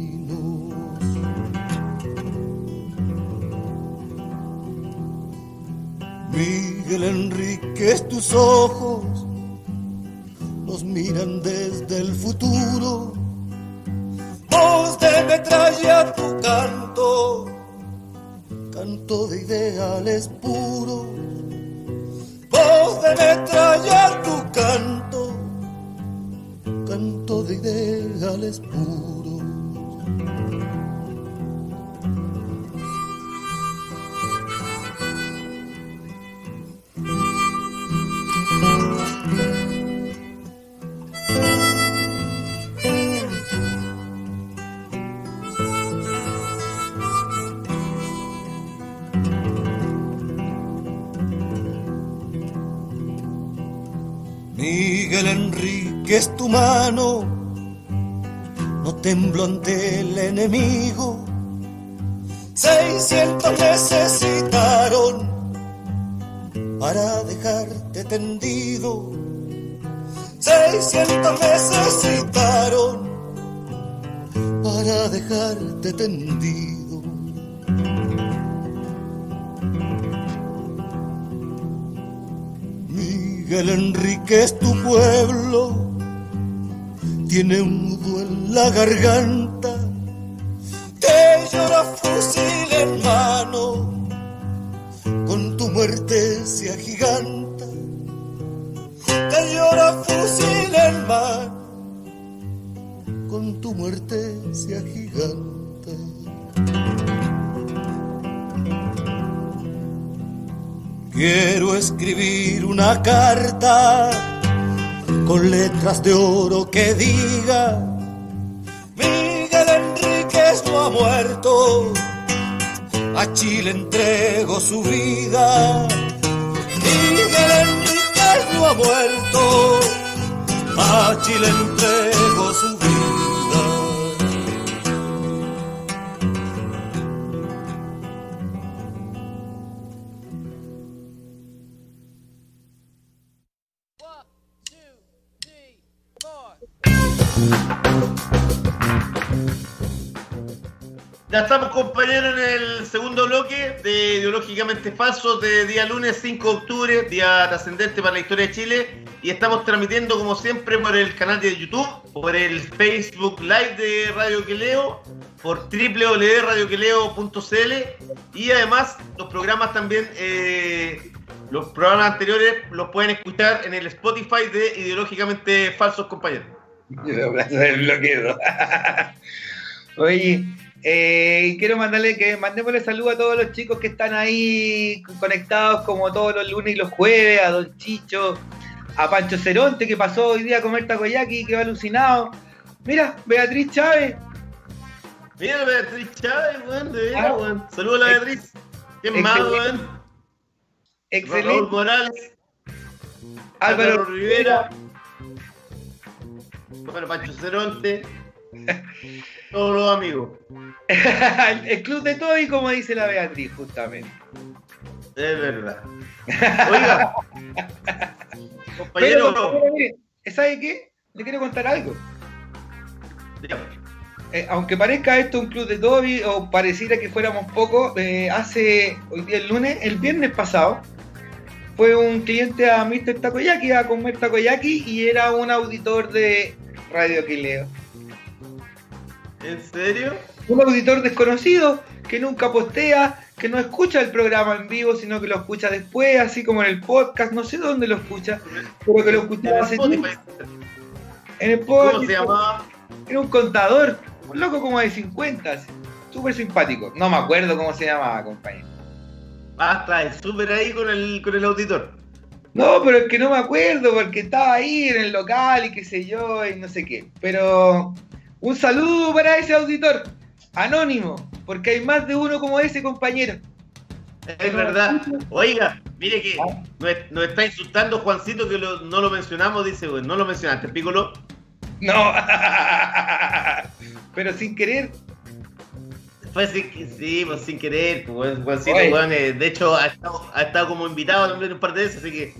Miguel Enríquez, tus ojos nos miran desde el futuro, voz de metralla tu canto, canto de ideales puros, voz de metralla tu canto, canto de ideales puros. Miguel Enríquez, tu mano no tembló ante el enemigo. Seiscientos necesitaron para dejarte tendido. Seiscientos necesitaron para dejarte tendido. Miguel Enríquez, tu pueblo tiene un nudo en la garganta, te llora fusil en mano, con tu muerte se agiganta, te llora fusil en mano, con tu muerte se agiganta. Quiero escribir una carta con letras de oro que diga: Miguel Enríquez no ha muerto, a Chile entregó su vida. Miguel Enríquez no ha muerto, a Chile entregó su vida. Ya estamos, compañeros, en el segundo bloque de Ideológicamente Falsos de día lunes cinco de octubre, día trascendente para la historia de Chile, y estamos transmitiendo como siempre por el canal de YouTube, por el Facebook Live de Radio Queleo, por doble u doble u doble u punto radio queleo punto c l, y además los programas también, eh, los programas anteriores los pueden escuchar en el Spotify de Ideológicamente Falsos, compañeros. Yo abrazo del bloqueo. Oye, Eh, quiero mandarle que mandémosle saludo a todos los chicos que están ahí conectados como todos los lunes y los jueves, a Don Chicho, a Pancho Ceronte, que pasó hoy día a comer takoyaki y quedó alucinado. Mira, Beatriz Chávez. Mira, Beatriz Chávez, weón, de veras, Ah, weón. Saludos a la Beatriz. ¿Quién más, excelente. weón? Raúl Excelente. Morales, Álvaro Álvaro Rivera, bueno, Pancho Ceronte, todos los amigos. El club de Toby, como dice la Beatriz, justamente. Es verdad. Oiga, compañero. Pero, pero, mire, ¿sabe qué? Le quiero contar algo. Dígame. Eh, aunque parezca esto un club de Toby o pareciera que fuéramos pocos, eh, hace hoy día el lunes, el viernes pasado, fue un cliente a mister Takoyaki a comer takoyaki y era un auditor de Radio Aquileo. ¿En serio? Un auditor desconocido que nunca postea, que no escucha el programa en vivo, sino que lo escucha después, así como en el podcast, no sé dónde lo escucha, pero que lo escuchaba hace tiempo. En el podcast. ¿Cómo se llamaba? Era un contador, un loco como de cincuenta, así, súper simpático. No me acuerdo cómo se llamaba, compañero. Ah, está súper ahí con el, con el auditor. No, pero es que no me acuerdo porque estaba ahí en el local y qué sé yo y no sé qué. Pero un saludo para ese auditor, anónimo, porque hay más de uno como ese, compañero. Es verdad. Oiga, mire que nos, nos está insultando Juancito que lo, no lo mencionamos, dice, güey. No lo mencionaste, Piccolo. No, pero sin querer. Fue sin, sí, pues sin querer, pues, Juancito, Oye. weón, eh, de hecho ha estado, ha estado como invitado también un par de veces, así que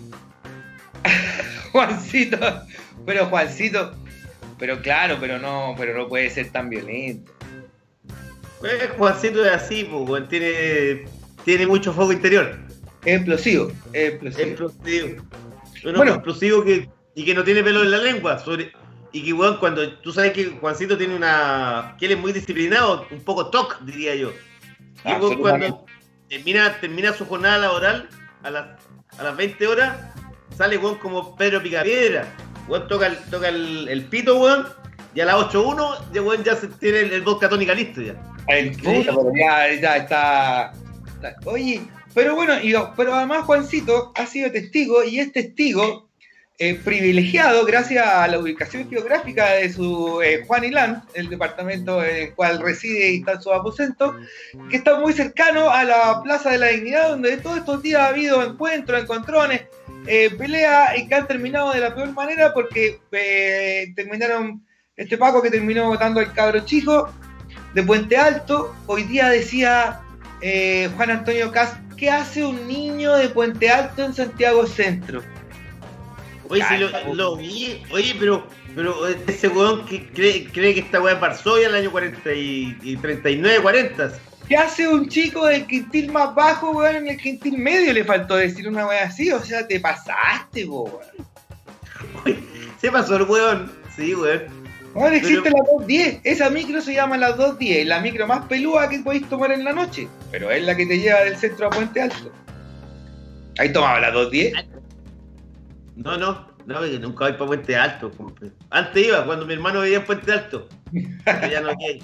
Juancito, pero Juancito, pero claro, pero no, pero no puede ser tan violento. pues, Juancito es así, pues, weón, tiene, tiene mucho fuego interior. Es explosivo, es explosivo. Explosivo. Bueno, Bueno. explosivo que, y que no tiene pelo en la lengua. Sobre, y que, weón, cuando tú sabes que Juancito tiene una. Que él es muy disciplinado, un poco toc, diría yo. Y weón, cuando termina, termina su jornada laboral a las, a las veinte horas, sale, weón, como Pedro Picapiedra. Weón, toca el, toca el, el pito, weón, y a las ocho uno, ya, weón, ya se tiene el, el vodka tónica listo ya. El puta, pero ya, ya está, está- Oye, pero bueno, y- pero además Juancito ha sido testigo y es testigo eh, privilegiado gracias a la ubicación geográfica de su eh, Juaniland, el departamento en el cual reside y está su aposento, que está muy cercano a la Plaza de la Dignidad, donde todos estos días ha habido encuentros, encontrones, eh, peleas y que han terminado de la peor manera porque eh, terminaron, este Paco que terminó votando al cabro chico de Puente Alto. Hoy día decía eh, Juan Antonio Cast, ¿qué hace un niño de Puente Alto en Santiago Centro? Oye, si lo, lo vi, oye, pero, pero ese weón que cree, cree que esta weá es Varsovia en el año cuarenta y, y treinta y nueve, cuarenta. ¿Qué hace un chico del quintil más bajo, weón, en el quintil medio? Le faltó decir una weá así, o sea, te pasaste, po, weón. Oye, se pasó el weón, sí, weón. Weón, existe Pero- la dos diez, esa micro se llama la dos diez, la micro más pelúa que podéis tomar en la noche, pero es la que te lleva del centro a Puente Alto. ¿Ahí tomaba la dos diez? No, no, no, que nunca voy para Puente Alto, compadre. Antes iba, cuando mi hermano vivía en Puente Alto. Porque ya no hay.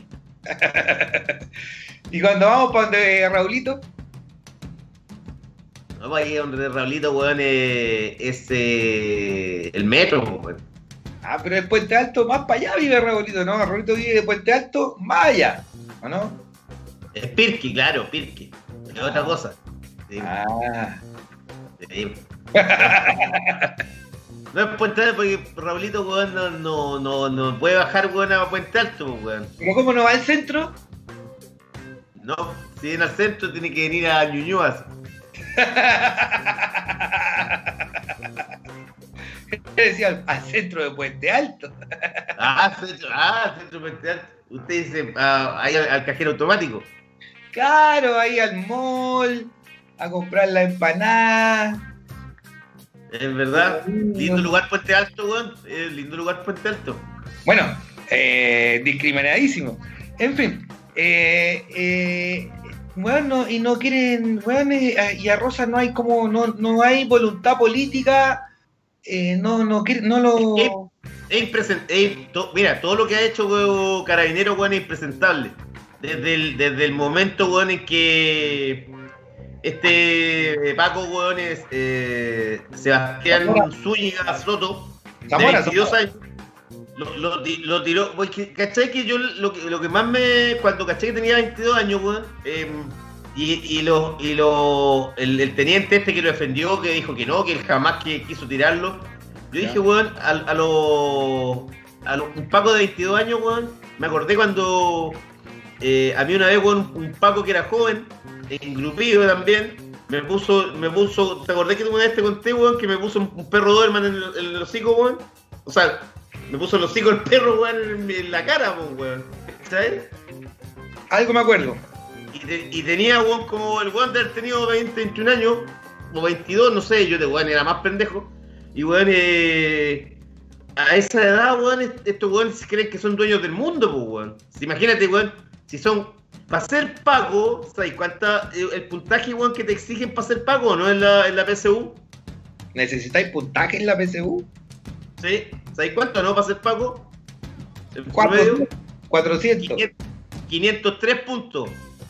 Y cuando vamos para donde Raulito, No, para ahí donde Raulito, weón, eh, es eh, el metro, weón. ah, pero es Puente Alto, más para allá vive Raulito, ¿no? Raulito vive de Puente Alto, más allá, ¿o no? Es Pirqui, claro, Pirqui. Es otra cosa. Sí, Ah. sí. No es Puente Alto porque Raulito, weón, no, no, no, no puede bajar, weón, a Puente Alto, weón. ¿Pero cómo no va al centro? No, si viene al centro tiene que venir a Ñuñoa. Decía al centro de Puente Alto. Ah, centro, ah, centro de Puente Alto. Usted dice, ah, ahí al, al cajero automático. Claro, ahí al mall, a comprar la empanada. Es verdad. Lindo lugar Puente Alto, weón. Eh, lindo lugar Puente Alto. Bueno, eh, discriminadísimo. En fin, eh, eh, bueno, y no quieren, bueno, eh, y a Rosa no hay como, no, no hay voluntad política, eh, no, no, quiere- no lo... Es impresentable. Mira, todo lo que ha hecho, weón, Carabinero, weón, es impresentable. Desde el, desde el momento, weón, en que este Paco, weón, es eh, Sebastián Zúñiga Soto, Zamora, de veintidós años. Lo, lo, lo tiró, porque, ¿cachai? Que yo lo que, lo que más me. Cuando caché que tenía veintidós años, weón, eh, y, y, lo, y lo, el, el teniente este que lo defendió, que dijo que no, que él jamás que quiso tirarlo. Yo dije, weón, a, a los. A lo, un Paco de veintidós años, weón, me acordé cuando. Eh, a mí una vez, weón, un, un Paco que era joven, engrupido también, me puso. me puso ¿Te acordás que una vez te conté, weón, que me puso un, un perro Doberman en el, en el hocico, weón? O sea. Me puso el hocico el perro, weón, en, en la cara, weón. ¿Sabes? Algo me acuerdo. Y, te, y tenía, weón, como el weón de haber tenido veinte, veintiún años, o veintidós, no sé, yo de weón era más pendejo. Y weón, eh, a esa edad, weón, estos weones creen que son dueños del mundo, pues, weón. Imagínate, weón, si son, para ser Paco, ¿sabes cuánta, el puntaje, weón, que te exigen para ser Paco, no en la, en la P S U? ¿Necesitáis puntaje en la P S U? Sí. ¿Sabes cuánto, no, para ser Paco? El ¿Cuánto? promedio, cuatrocientos. quinientos tres puntos.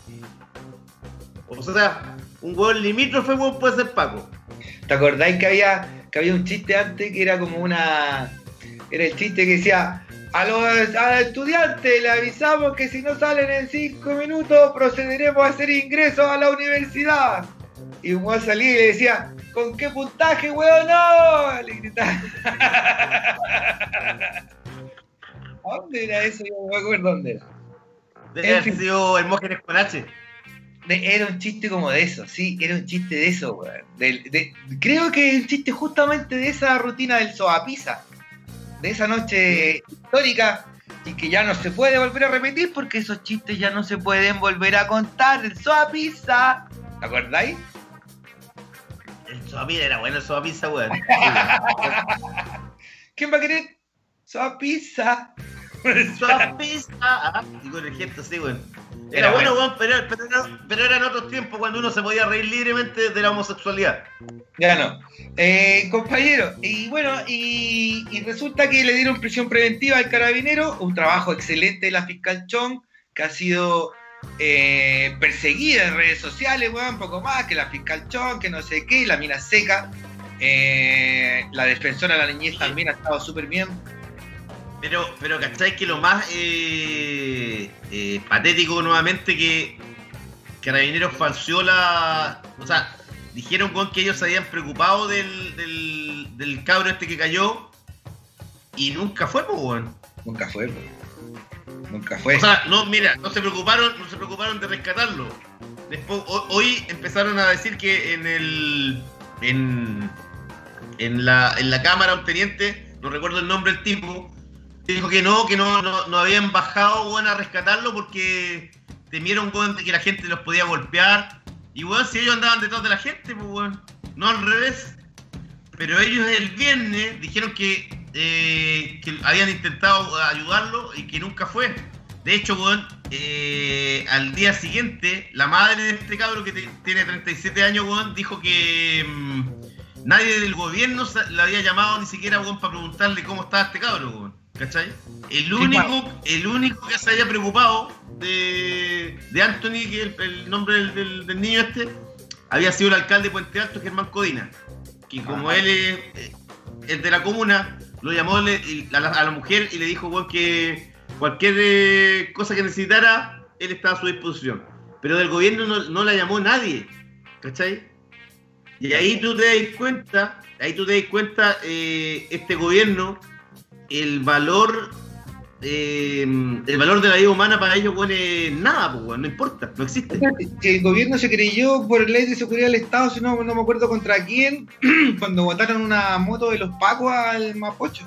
O sea, un hueón limítrofe, hueón, puede ser Paco. ¿Te acordáis que había, que había un chiste antes que era como una... Era el chiste que decía: a los, a los estudiantes le avisamos que si no salen en cinco minutos procederemos a hacer ingresos a la universidad. Y un hueón salía y le decía: ¿con qué puntaje, weón? ¡No! Le gritaba. ¿Dónde era eso? Yo no me acuerdo dónde era. Debe haber sido Hermógenes con H. De, era un chiste como de eso, sí, era un chiste de eso, weón. De, de, creo que es un chiste justamente de esa rutina del Soapisa, de esa noche histórica, y que ya no se puede volver a repetir porque esos chistes ya no se pueden volver a contar. El Soapisa, ¿te acordáis? El Soapisa era bueno, el Soapisa, weón. ¿Quién va a querer? Soapisa. Soapisa. Ah, y con el gesto, sí, weón. Era, era bueno, weón, pero, pero, era, pero era en otros tiempos cuando uno se podía reír libremente de la homosexualidad. Ya no. Eh, compañero, y bueno, y, y resulta que le dieron prisión preventiva al carabinero, un trabajo excelente de la fiscal Chong, que ha sido eh, perseguida en redes sociales, weón, un poco más, que la fiscal Chong, que no sé qué, la mina seca, eh, la defensora de la niñez también ha estado súper bien. Pero, pero ¿cachai? Que lo más eh, eh, patético nuevamente que Carabineros falseó la... O sea, dijeron con que ellos se habían preocupado del, del, del cabro este que cayó y nunca fue, pues, weón. Nunca fue, pues. Nunca fue. O sea, no, mira, no se preocuparon, no se preocuparon de rescatarlo. Después, hoy empezaron a decir que en el... En, en, la, en la cámara un teniente, no recuerdo el nombre del tipo, dijo que no, que no, no, no habían bajado, bueno, a rescatarlo porque temieron, bueno, que la gente los podía golpear. Y bueno, si ellos andaban detrás de la gente, pues bueno, no al revés. Pero ellos el viernes dijeron que, eh, que habían intentado ayudarlo y que nunca fue. De hecho, bueno, eh, al día siguiente, la madre de este cabro que te, tiene treinta y siete años, bueno, dijo que mmm, nadie del gobierno le había llamado ni siquiera, bueno, para preguntarle cómo estaba este cabro, bueno. ¿Cachai? El único, el único que se haya preocupado de, de Anthony, que es el, el nombre del, del, del niño este, había sido el alcalde de Puente Alto, Germán Codina, que como ah, él es, es de la comuna, lo llamó a la, a la mujer y le dijo, bueno, que cualquier eh, cosa que necesitara, él estaba a su disposición. Pero del gobierno no, no la llamó nadie, ¿cachai? Y ahí tú te das cuenta, ahí tú te das cuenta, eh, este gobierno, el valor eh, el valor de la vida humana para ellos, bueno, es nada, pues, bueno, no importa, no existe. El gobierno se creyó por ley de seguridad del Estado, si no, no me acuerdo contra quién, cuando botaron una moto de los Pacos al Mapocho.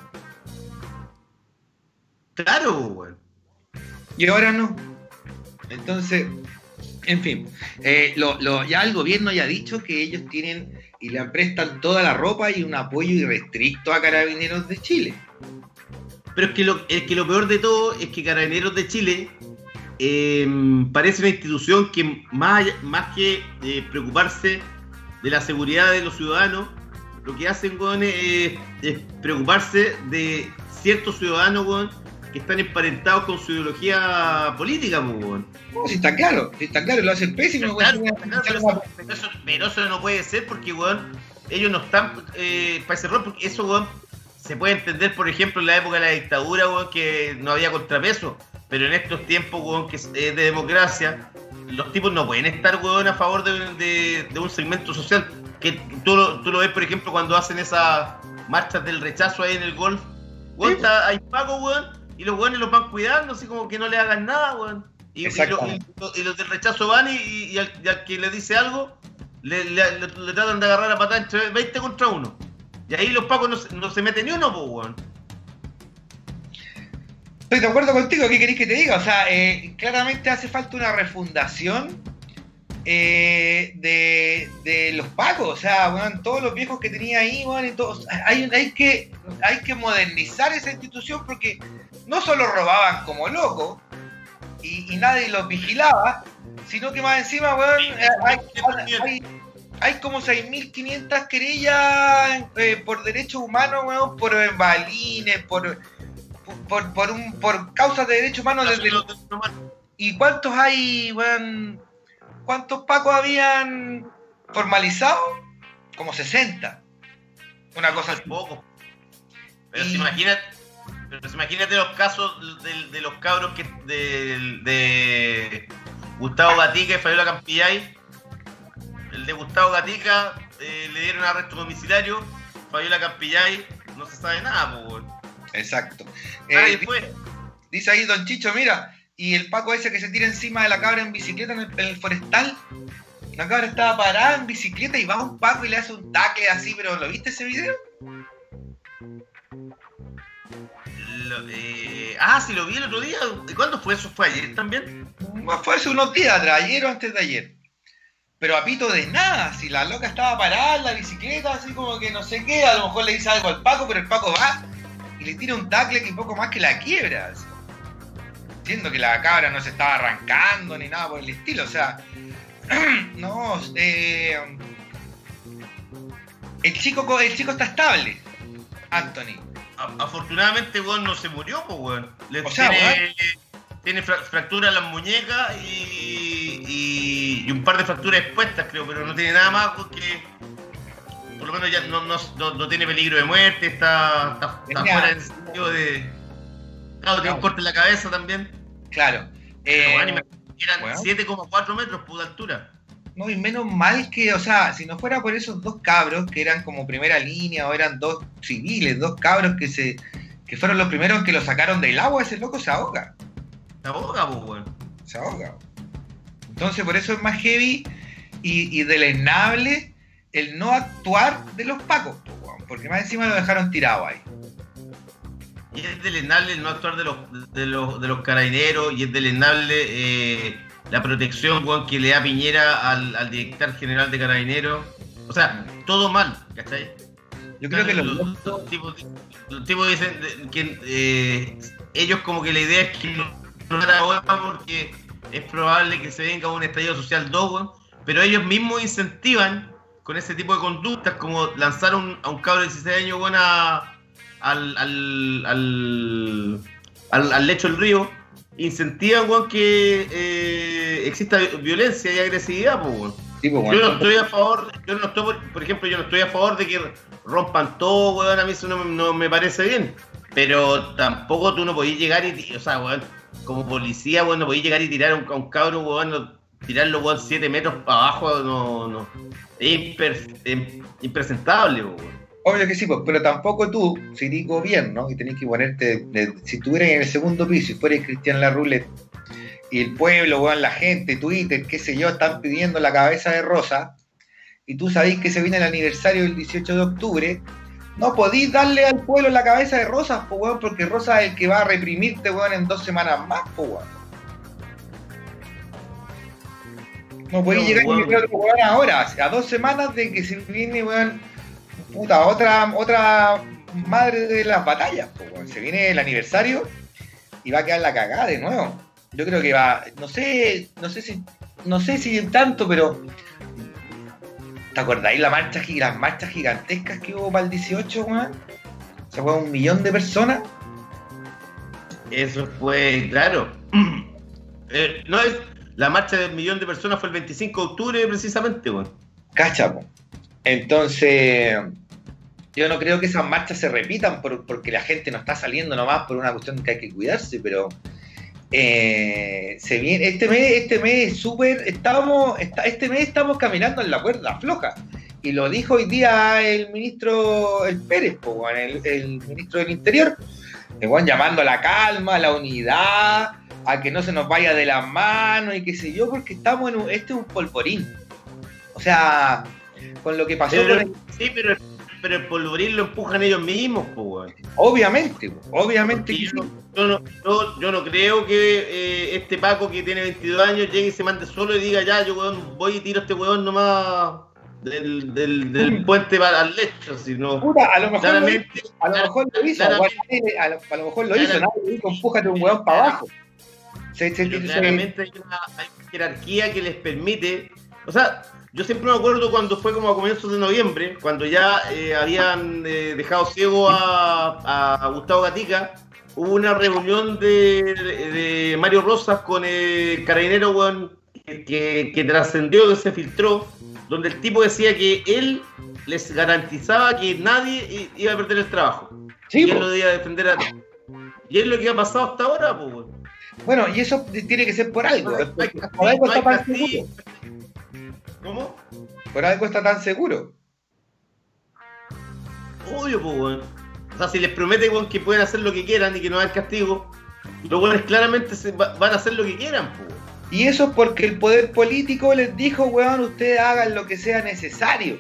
Claro, bueno. Y ahora no. Entonces, en fin, eh, lo, lo, ya el gobierno ya ha dicho que ellos tienen y le prestan toda la ropa y un apoyo irrestricto a Carabineros de Chile. Pero es que lo, es que lo peor de todo es que Carabineros de Chile eh, parece una institución que más, más que eh, preocuparse de la seguridad de los ciudadanos, lo que hacen, weón, es, es preocuparse de ciertos ciudadanos, weón, que están emparentados con su ideología política, pues, weón. No, si está claro, si está claro, lo hacen pésimo, Claro, weón. claro, pero, eso, pero, eso, pero eso no puede ser porque, weón, ellos no están eh, para ese rol, porque eso, weón, se puede entender, por ejemplo, en la época de la dictadura, weón, que no había contrapeso, pero en estos tiempos, weón, que es de democracia, los tipos no pueden estar, weón, a favor de, de, de un segmento social, que tú lo, tú lo ves, por ejemplo, cuando hacen esas marchas del rechazo ahí en el golf, weón, sí. Está, hay pagos, weón, y los weones los van cuidando, así como que no le hagan nada, weón. Y, y, lo, y, y los del rechazo van y, y, al, y al que le dice algo, le, le, le, le tratan de agarrar a patada entre veinte contra uno. Y ahí los pacos no, no se meten ni uno, pues, weón. Estoy de acuerdo contigo, ¿qué querés que te diga? O sea, eh, claramente hace falta una refundación eh, de, de los pacos. O sea, weón, todos los viejos que tenía ahí, weón, y todos, hay, hay, que, hay que modernizar esa institución porque no solo robaban como locos y, y nadie los vigilaba, sino que más encima, weón, eh, hay, hay, hay como seis mil quinientas querellas eh, por derechos humanos, weón, por balines, por, por, por, un, por causas de derechos humanos. Desde los, ¿y cuántos hay, weón? ¿Cuántos pacos habían formalizado? Como sesenta. Una cosa así. Poco. Pero y... si imagínate, pero si imagínate los casos de, de los cabros que de, de Gustavo Gatica y Fabiola Campillay. El de Gustavo Gatica eh, le dieron arresto domiciliario, Fabiola Campillay no se sabe nada, pues. Exacto. Ah, eh, dice, dice ahí Don Chicho, mira, y el paco ese que se tira encima de la cabra en bicicleta en el, en el forestal, la cabra estaba parada en bicicleta y va un paco y le hace un tacle así, pero ¿lo viste ese video? Lo, eh, ah, sí, lo vi el otro día. ¿Cuándo fue eso? ¿Fue ayer también? Fue hace unos días atrás, ayer o antes de ayer. Pero a pito de nada, si la loca estaba parada en la bicicleta, así como que no sé qué, a lo mejor le dice algo al Paco, pero el Paco va y le tira un tacle que poco más que la quiebra. Así. Siendo que la cabra no se estaba arrancando ni nada por el estilo, o sea, no, eh, el chico el chico está estable, Anthony. Afortunadamente, weón, no se murió, pues, weón. Le o sea, tiene, weón, tiene fra fracturas en las muñecas y, y, y un par de fracturas expuestas, creo, pero no tiene nada más porque por lo menos ya no, no, no, no tiene peligro de muerte, está, está, está fuera en el sentido de... Claro, tiene un corte en la cabeza también. Claro. Eh, bueno, eran bueno. siete coma cuatro metros por altura. No, y menos mal que, o sea, si no fuera por esos dos cabros que eran como primera línea o eran dos civiles, dos cabros que se que fueron los primeros que lo sacaron del agua, ese loco se ahoga. Se ahoga, pues, weón. Se ahoga. Entonces, por eso es más heavy y, y deleznable el no actuar de los pacos, pues, weón, porque más encima lo dejaron tirado ahí. Y es deleznable el no actuar de los, de los, de los carabineros y es deleznable eh, la protección, weón, que le da Piñera al, al director general de Carabineros. O sea, todo mal, ¿cachai? Yo creo que los, los, los, tipos, los tipos dicen que eh, ellos como que la idea es que no, no la ahora porque es probable que se venga un estallido social dos, weón, pero ellos mismos incentivan con ese tipo de conductas como lanzar un, a un cabro de dieciséis años, weón, a... Al, al, al, al, al lecho del río, incentivan, weón, que eh, exista violencia y agresividad, pues, weón. Sí, pues, yo no estoy a favor, yo no estoy, por, por ejemplo, yo no estoy a favor de que rompan todo, weón, a mí eso no, no me parece bien, pero tampoco tú no podías llegar y, o sea, weón, como policía, weón, no podías llegar y tirar a un, a un cabro, weón, no, tirarlo, weón, siete metros para abajo, no, no, es imper, impresentable, weón. Obvio que sí, pues, pero tampoco tú, si eres gobierno y tenés que ponerte, de, si estuvieras en el segundo piso y fueras Cristian Larroulet y el pueblo, weón, la gente, Twitter, qué sé yo, están pidiendo la cabeza de Rosa y tú sabés que se viene el aniversario del dieciocho de octubre, no podís darle al pueblo la cabeza de Rosa, pues, weón, porque Rosa es el que va a reprimirte, weón, en dos semanas más, pues, weón. No podís no, llegar weón. Y meter otro weón ahora, a dos semanas de que se viene, weón, puta, otra, otra madre de las batallas, pues, se viene el aniversario y va a quedar la cagada de nuevo. Yo creo que va, no sé, no sé si, no sé si tanto, pero ¿te acordáis la marcha, las marchas gigantescas que hubo para el dieciocho, weón? Se fue un millón de personas. Eso fue, claro. Eh, no es, la marcha del millón de personas fue el veinticinco de octubre precisamente, weón. Cacha, po. Entonces, yo no creo que esas marchas se repitan por, porque la gente no está saliendo nomás por una cuestión que hay que cuidarse, pero eh, se viene, este mes, este mes es súper, estamos, está, este mes estamos caminando en la cuerda floja. Y lo dijo hoy día el ministro el Pérez, po, weón, el, el ministro del Interior, el weón llamando a la calma, a la unidad, a que no se nos vaya de las manos y qué sé yo, porque estamos en un, este es un polvorín. O sea, con lo que pasó pero, con el... Sí, pero, pero el polvorín lo empujan ellos mismos, po, weón. Obviamente, obviamente que yo, sí. no, yo, no, yo, yo no creo que eh, este Paco que tiene veintidós años llegue y se mande solo y diga, ya, yo weón, voy y tiro a este weón nomás del, del, del puente para al lecho, sino Puta, a lo mejor claramente, lo hizo, a lo mejor lo hizo, claramente, a, lo, a lo mejor lo hizo, nadie le dijo, empújate un weón para abajo. Se, se, pero se, claramente hay una, hay una jerarquía que les permite, o sea, yo siempre me acuerdo cuando fue como a comienzos de noviembre, cuando ya eh, habían eh, dejado ciego a, a Gustavo Gatica, hubo una reunión de, de Mario Rosas con el carabinero, weón, que, que, que trascendió, que se filtró, donde el tipo decía que él les garantizaba que nadie iba a perder el trabajo. Sí, y él po. lo iba a defender a todos. Y es lo que ha pasado hasta ahora, pues, weón. Bueno, y eso tiene que ser por algo. No hay- Por, no hay- por algo no está hay tan castigo. seguro. ¿Cómo? Por algo está tan seguro. Obvio, pues, weón. O sea, si les promete, weón, que pueden hacer lo que quieran y que no hay castigo, los weones claramente se va, van a hacer lo que quieran, pues, weón. Y eso es porque el poder político les dijo, weón, ustedes hagan lo que sea necesario.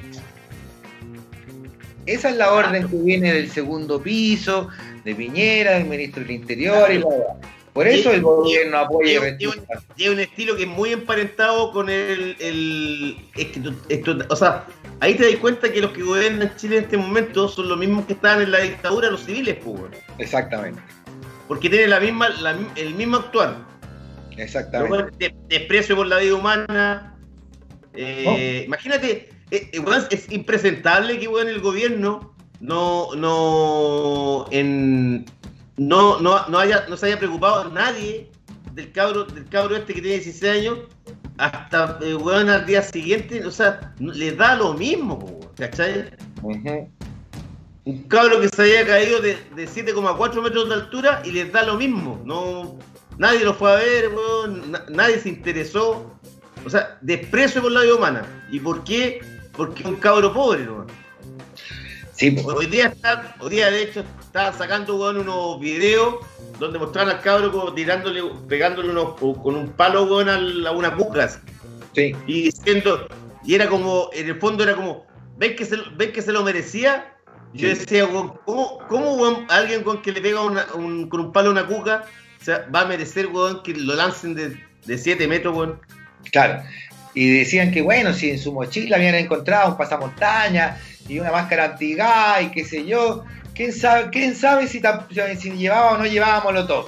Esa es la orden que viene del segundo piso, de Piñera, del ministro del Interior y la verdad. Por eso el gobierno apoya y Lleva un, respalda. lleva un estilo que es muy emparentado con el... el es que tú- esto- o sea, ahí te das cuenta que los que gobiernan Chile en este momento son los mismos que estaban en la dictadura, los civiles, pues, weón. Exactamente, Porque tienen la misma, la, el mismo actuar. exactamente. De- desprecio por la vida humana. Eh, Imagínate, eh, eh, weón, es impresentable que, weón, el gobierno no, no, en, no, no, no, haya, no se haya preocupado nadie del cabro, del cabro este que tiene dieciséis años hasta, eh, weón, al día siguiente. O sea, no- les da lo mismo, weón, ¿cachai? Ujú. Un cabro que se había caído de, de siete coma cuatro metros de altura y les da lo mismo. No, nadie lo fue a ver, weón, na- nadie se interesó. O sea, desprecio por la vida humana. ¿Y por qué? Porque es un cabro pobre, ¿no? Sí, pues. Hoy día, está, hoy día de hecho, estaba sacando, weón, unos videos donde mostraban al cabro como tirándole, pegándole unos, con un palo, weón, a, la- a una cuca. así. Sí. Y diciendo, y era como, en el fondo era como, ¿ven que se, ven que se lo merecía? Yo Sí. decía, weón, ¿cómo, cómo weón, alguien con que le pega una, un, con un palo a una cuca, o sea, va a merecer, weón, que lo lancen de siete metros, weón? Claro. Y decían que, bueno, si en su mochila habían encontrado un pasamontaña y una máscara antigas y qué sé yo, ¿quién sabe, quién sabe si, tam- si llevaba o no llevaba molotov?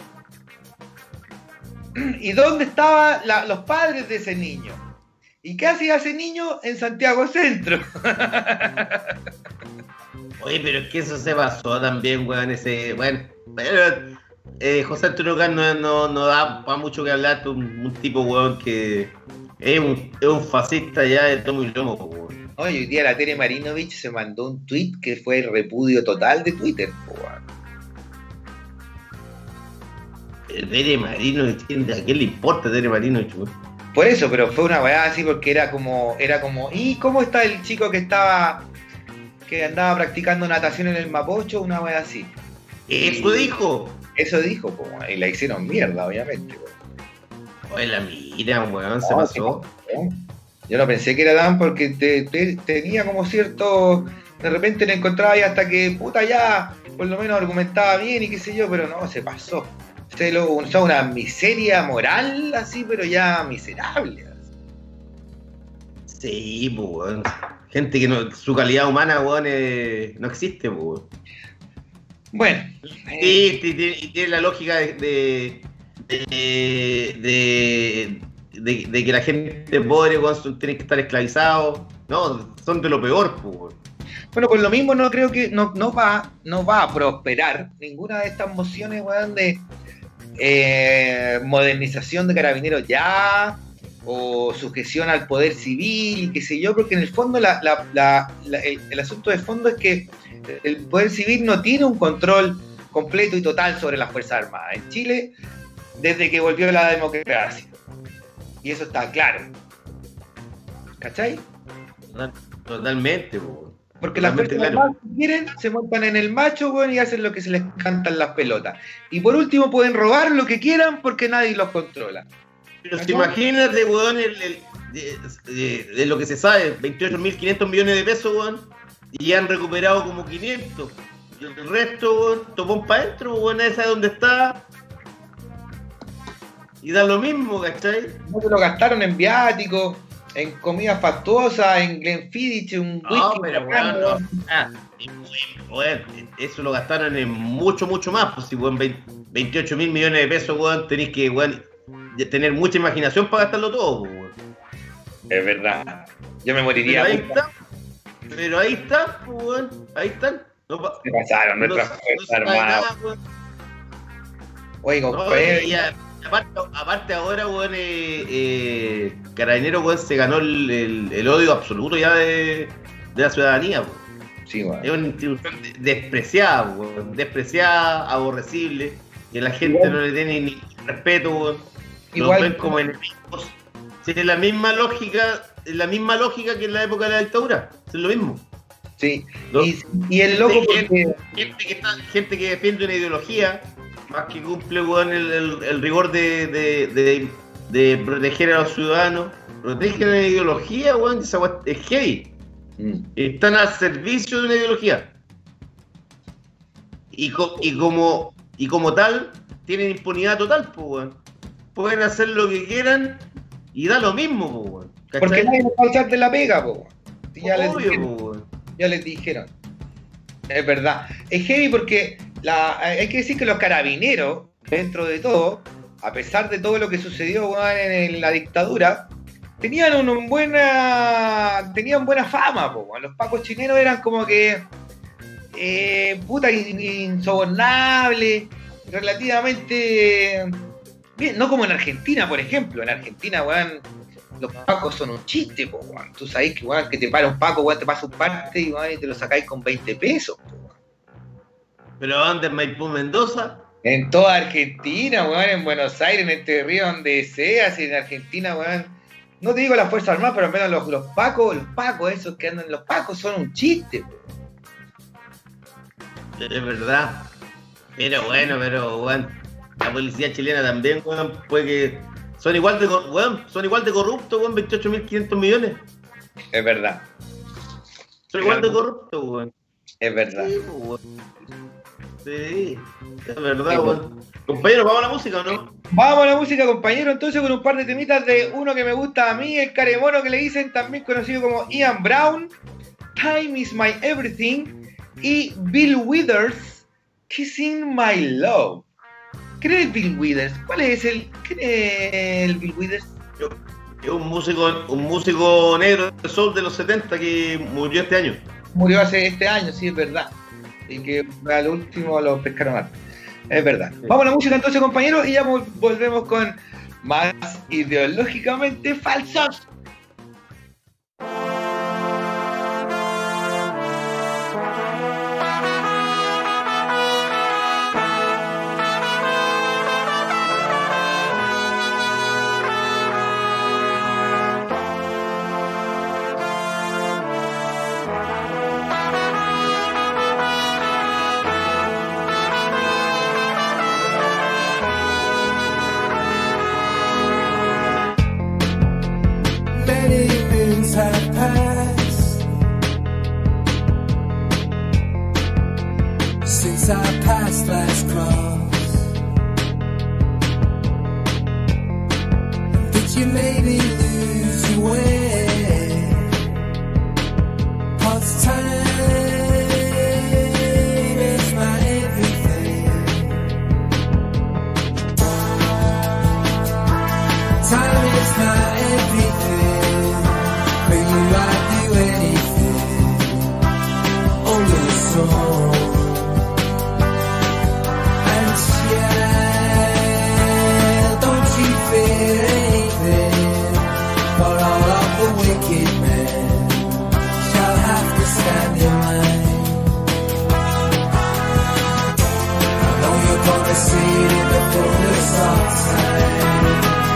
¿Y dónde estaban la- los padres de ese niño? ¿Y qué hacía ese niño en Santiago Centro? Oye, pero es que eso se pasó también, weón, ese, bueno, pero, eh, José Antonio Caz no, no, no da para mucho que hablar, un, un tipo, weón, que es un, es un fascista ya de tomo y lomo, weón. Oye, hoy día la Tere Marinovich se mandó un tweet que fue el repudio total de Twitter. po, weón. El Tere Marino, ¿a quién le importa Tere Marino, weón? Por eso, pero fue una weá así porque era como, era como, ¿y cómo está el chico que estaba, que andaba practicando natación en el Mapocho? Una weá así. Eso dijo. Eso dijo, po, y la hicieron mierda, obviamente. po. Oye, la mira, weón, se No, pasó. ¿no? Yo no pensé que era tan porque te, te- tenía como cierto, de repente le encontraba ahí hasta que, puta, ya, por lo menos argumentaba bien y qué sé yo, pero no, se pasó. Se lo, o sea, una miseria moral así, pero ya miserable. así. Sí, pues, weón. Gente que no, su calidad humana, weón, eh, no existe, pues, weón. Bueno, eh, Sí, y tiene, y tiene la lógica de de, de, de, de- de que la gente pobre, weón, son- tiene que estar esclavizados. No, son de lo peor, pues, weón. bueno, por lo mismo no creo que no, no va no va a prosperar ninguna de estas mociones, weón, de, eh, modernización de Carabineros ya, o sujeción al poder civil, qué sé yo, porque en el fondo la, la, la, la, el, el asunto de fondo es que el poder civil no tiene un control completo y total sobre las Fuerzas Armadas en Chile desde que volvió la democracia. Y eso está claro. ¿Cachai? Totalmente, po. Porque las Fuerzas claro. Armadas, si quieren, se montan en el macho, weón, y hacen lo que se les cantan las pelotas. Y por último pueden robar lo que quieran porque nadie los controla. Pero si imagínate, weón, el, el, de, de, de lo que se sabe, veintiocho mil quinientos millones de pesos, weón, y han recuperado como quinientos. Y el resto, weón, topón para adentro, weón, nadie sabe dónde está. Y da lo mismo, ¿cachai? No se lo gastaron en viáticos, en comida fastuosa, en Glenfiddich, un whisky. No, pero weón, no. Ah, weón, eso lo gastaron en mucho, mucho más. Pues si, weón, veintiocho mil millones de pesos, weón, tenéis que, weón, tener mucha imaginación para gastarlo todo, weón. Es verdad. Yo me moriría. Pero ahí está. Pero ahí está, weón. Ahí están. No, se pasaron nuestras no, Fuerzas no Armadas. Oye, compadre. No, aparte, aparte ahora, weón, eh, eh, Carabineros, weón, se ganó el, el, el odio absoluto ya de, de la ciudadanía, weón. Sí, weón. Es una institución despreciada, weón. Despreciada, aborrecible. Que la gente igual no le tiene ni respeto, weón. Igual los ven como enemigos. Sí, es la misma lógica, es la misma lógica que en la época de la dictadura. Es lo mismo. Sí. Los, y, y el loco porque... gente, gente, que está, gente que defiende una ideología más que cumple, weón, el, el, el rigor de, de, de, de proteger a los ciudadanos. Protegen la ideología, weón, esa weón es heavy. Mm. Están al servicio de una ideología. Y, co y como y como tal, tienen impunidad total, pues, weón. Pueden hacer lo que quieran y da lo mismo, pues, weón. Porque nadie va a echarte la pega, pues, si ya, Obvio, les po, weón. ya les dijeron. Es verdad. Es heavy porque la, hay que decir que los carabineros, dentro de todo, a pesar de todo lo que sucedió, weón, en la dictadura, tenían una buena tenían buena fama, po, weón. Los pacos chilenos eran como que eh, puta insobornables, relativamente bien, no como en Argentina, por ejemplo. En Argentina, weón, los pacos son un chiste, po, weón. Tú sabés que, weón, que te para un paco, weón, te pasa un parte y, weón, y te lo sacáis con veinte pesos, po, weón. ¿Pero dónde? ¿En Maipú, Mendoza? En toda Argentina, weón, en Buenos Aires, en Entre Ríos, donde sea, si en Argentina, weón. No te digo las Fuerzas Armadas, pero al menos los, los pacos, los pacos esos que andan, los pacos son un chiste, po. Es verdad. Pero bueno, pero, weón, la policía chilena también, weón, puede que... Son igual de, weón, son igual de corruptos, weón, veintiocho mil quinientos millones. Es verdad. Son igual de corruptos, weón. Es verdad. Sí, weón. Sí, es verdad, sí, weón. Compañero, ¿vamos a la música o no? Vamos a la música, compañero, entonces con un par de temitas de uno que me gusta a mí, el caremono que le dicen, también conocido como Ian Brown, Time is My Everything, y Bill Withers, Kissing My Love. ¿Quién es el Bill Withers? ¿Cuál es el? ¿Quién es el Bill Withers? Es un músico, un músico negro de soul de los setenta que murió este año. Murió hace este año, sí, es verdad. Y que al último lo pescaron mal. Es verdad. Sí. Vamos a la música entonces, compañeros, y ya volvemos con más ideológicamente falsos. Have passed since I passed last cross. Did you maybe lose your way? Past time is my everything. Time is my everything. I'd do anything on your soul and share see it in the fullness of time.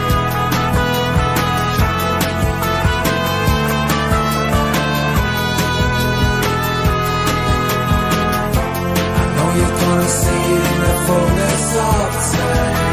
I know you're gonna see it in the fullness of time.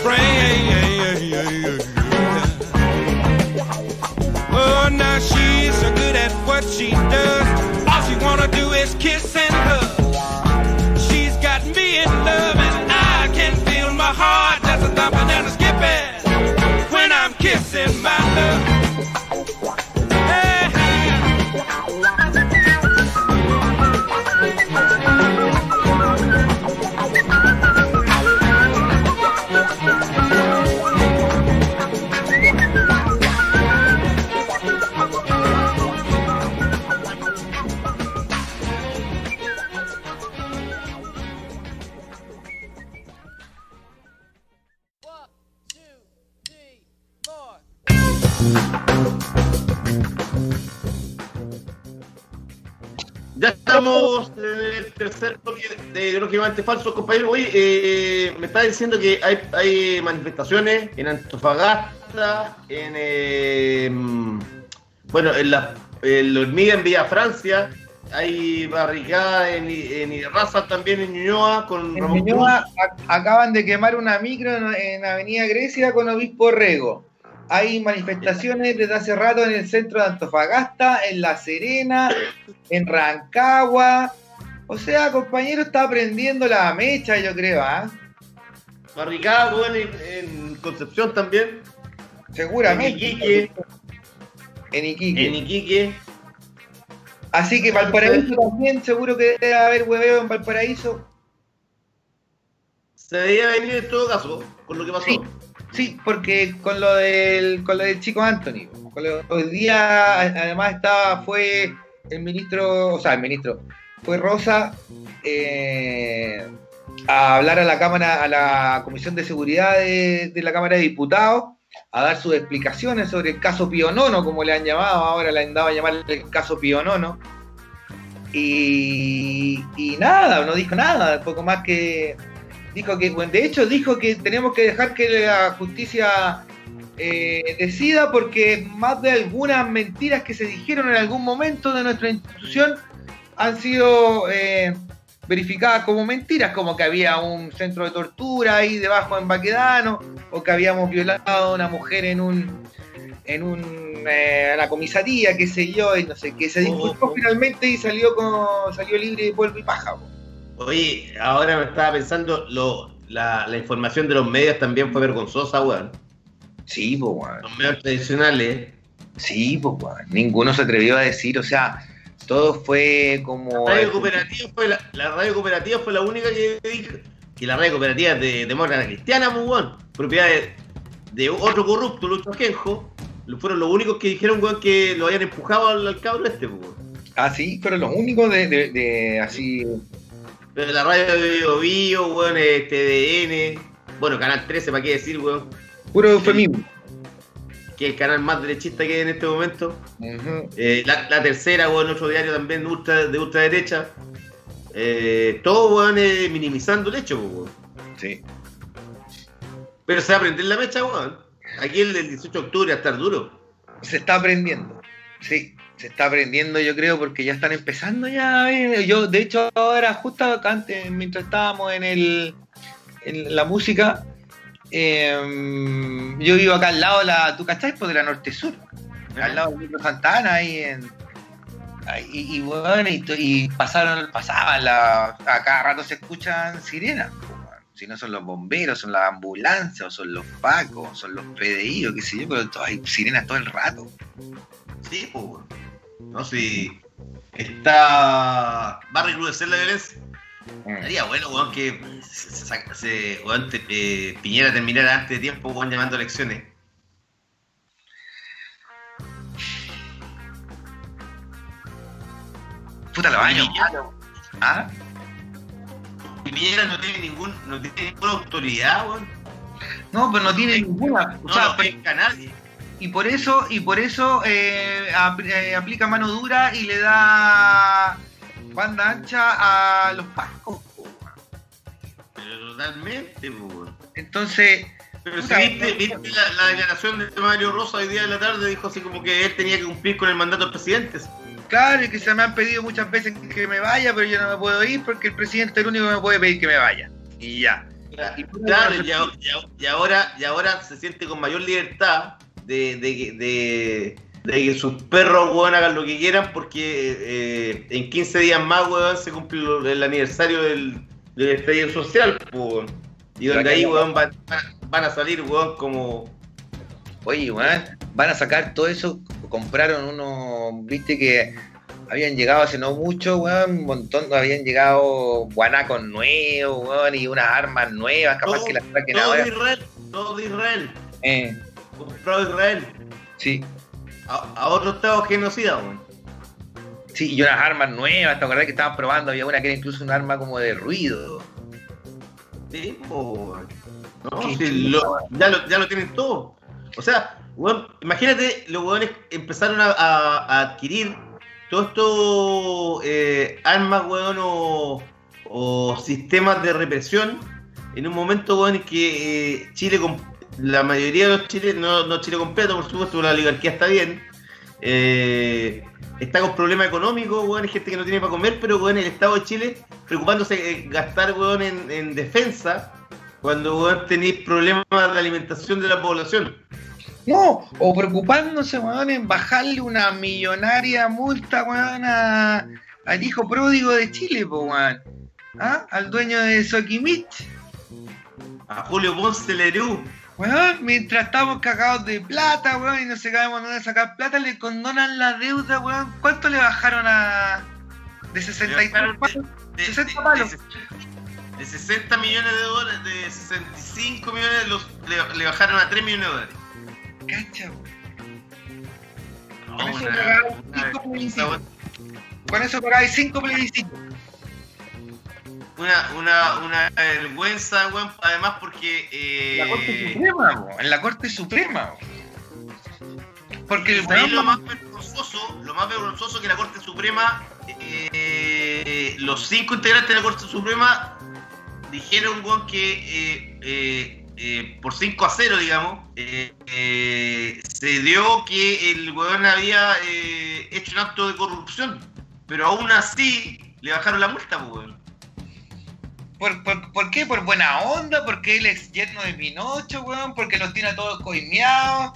afraid. Oh, now she's so good at what she does. All she wanna do is kiss and hug. She's got me in love, and I can feel my heart just a thumping and a skipping when I'm kissing my love. Ya estamos en el tercer bloque de Lógicamente Falso, compañero. Oye, eh, me está diciendo que hay, hay manifestaciones en Antofagasta, en eh, bueno, en la en la Hormiga, en Villa Francia, hay barricadas en, en Irraza, también en Ñuñoa, con En Ramón Ñuñoa Cruz. a- acaban de quemar una micro en, en Avenida Grecia con Obispo Rego. Hay manifestaciones desde hace rato en el centro de Antofagasta, en La Serena, en Rancagua. O sea, compañero, está prendiendo la mecha, yo creo, ¿ah? Barricadas, bueno, en, en Concepción también, Seguramente. En Iquique. En Iquique. en Iquique. Así que Valparaíso también, seguro que debe haber hueveo en Valparaíso. Se debía venir en todo caso, con lo que pasó. Sí. Sí, porque con lo del, con lo del chico Anthony, con lo- hoy día además estaba, fue el ministro, o sea, el ministro, fue Rosa eh, a hablar a la Cámara, a la Comisión de Seguridad de, de la Cámara de Diputados, a dar sus explicaciones sobre el caso Pío Nono, como le han llamado, ahora le han dado a llamar el caso Pío Nono. Y, y nada, no dijo nada, poco más que dijo que, bueno, de hecho dijo que tenemos que dejar que la justicia eh, decida, porque más de algunas mentiras que se dijeron en algún momento de nuestra institución han sido eh, verificadas como mentiras, como que había un centro de tortura ahí debajo en Baquedano, o que habíamos violado a una mujer en un en un eh, la comisaría, qué sé yo, y no sé, que se disculpó Oh, oh. finalmente y salió con, salió libre de polvo y paja. Po. Oye, ahora me estaba pensando, lo, la, la información de los medios también fue vergonzosa, weón. Sí, pues, weón. Los medios tradicionales. Sí, pues, weón. Ninguno se atrevió a decir, o sea, todo fue como. La radio cooperativa fue la, la radio cooperativa fue la única que dijo que la radio cooperativa de Demócrata Cristiana, pues, weón, propiedad de, de otro corrupto, Lucho Ajenjo, fueron los únicos que dijeron, weón, que lo habían empujado al, al cabro este, pues, weón. Ah, sí, fueron los únicos de, de, de así. Pero la radio de Bio Bio, weón, eh, T V N, bueno, Canal trece, ¿para qué decir, weón? Puro eufemismo. Que es el canal más derechista que hay en este momento. Uh-huh. Eh, la, la tercera, weón, otro diario también de ultra, de ultraderecha. Eh, todo, weón, eh, minimizando el hecho, weón. Sí. Pero se va a prender la mecha, weón. Aquí el del dieciocho de octubre va a estar duro. Se está aprendiendo. Sí, se está aprendiendo, yo creo, porque ya están empezando ya. eh, Yo, de hecho, ahora, justo acá antes, mientras estábamos en el en la música, eh, yo vivo acá al lado de la, ¿tú cachai? Pues de la Norte Sur, al lado del Metro Santana, ahí en. ahí, Y, y bueno, y, to- y pasaron, pasaban la, a cada rato se escuchan sirenas. pues, bueno. Si no son los bomberos, son las ambulancias, o son los pacos, son los P D I, o qué sé yo, pero to- hay sirenas todo el rato. Sí, pues, weón. No sé si está. Va a recrudecer la violencia. Sería bueno, weón, que se, se, saca- se- weón, te- eh, Piñera terminara antes de tiempo, weón, llamando a elecciones. Puta, los años. Piñera, ¿Ah? Piñera no tiene ningún, no tiene ninguna autoridad, weón. No, pero no tiene ninguna. O No sea, lo pesca nadie. y por eso, y por eso eh, ap- eh, aplica mano dura y le da banda ancha a los pacos. po, weón. Pero totalmente, pues, weón. Entonces, Pero si puta, viste, viste la, la declaración de Mario Rosa hoy día de la tarde, dijo así como que él tenía que cumplir con el mandato del presidente. claro, y que se me han pedido muchas veces que me vaya, pero yo no me puedo ir porque el presidente es el único que me puede pedir que me vaya. Y ya. Claro, y, a- y a- y ahora, y ahora se siente con mayor libertad de, de, que- de, de que sus perros, weón, hagan lo que quieran porque eh, en quince días más, weón, se cumple lo- el aniversario del, del estallido social, pues, weón. Y donde ahí, weón, van, van a salir, weón, como... Oye, weón, van a sacar todo eso. Compraron unos, viste que habían llegado hace no mucho, weón, un montón, habían llegado guanacos nuevos, weón, y unas armas nuevas, capaz todo, que las saquen todo ahora. de Israel, todo de Israel, Eh, comprado Israel, sí, a, a otro estado genocida, weón. sí, y unas armas nuevas, ¿te acordás que estaban probando? Había una que era incluso un arma como de ruido. Sí, po, weón. No, Qué sí, lo- ya, lo, ya lo tienen todo. O sea, weón, imagínate, los weones empezaron a, a- a adquirir todos estos eh, armas, weón, o, o sistemas de represión en un momento, weón, en que eh, Chile, con, la mayoría de los chilenos, no, no Chile completo, por supuesto, la oligarquía está bien, eh, está con problemas económicos, weón, hay gente que no tiene para comer, pero, weón, el Estado de Chile preocupándose de gastar, weón, en, en defensa, cuando, weón, tenéis problemas de alimentación de la población. No, o preocupándose, weón, en bajarle una millonaria multa, weón, a, al hijo pródigo de Chile, po, weón. ¿Ah? Al dueño de Soquimich. A Julio Ponce Lerú. Weón, mientras estamos cagados de plata, weón, y no se sabemos dónde sacar plata, le condonan la deuda, weón. ¿Cuánto le bajaron a...? De sesenta y tres palos? De, sesenta de- palos. de- de sesenta millones de dólares, de sesenta y cinco millones, los, le, le bajaron a tres millones de dólares. Cacha, No, Con eso una- pagaba una- cinco plebiscitos. una- Con eso pagáis cinco plebiscitos. Una, una, una vergüenza, weón, además porque... En la Corte Eh, Suprema, weón. En la Corte Suprema, weón. Porque el ahí weón- lo más vergonzoso, lo más vergonzoso que la Corte Suprema, eh, los cinco integrantes de la Corte Suprema dijeron, weón, que eh, eh, eh, por cinco a cero, digamos, eh, eh, se dio que el weón había eh, hecho un acto de corrupción, pero aún así le bajaron la multa, pues, weón. ¿Por, por, ¿Por qué? ¿Por buena onda? ¿Porque él es yerno de Pinocho, weón? ¿Porque los tiene a todos coimeados?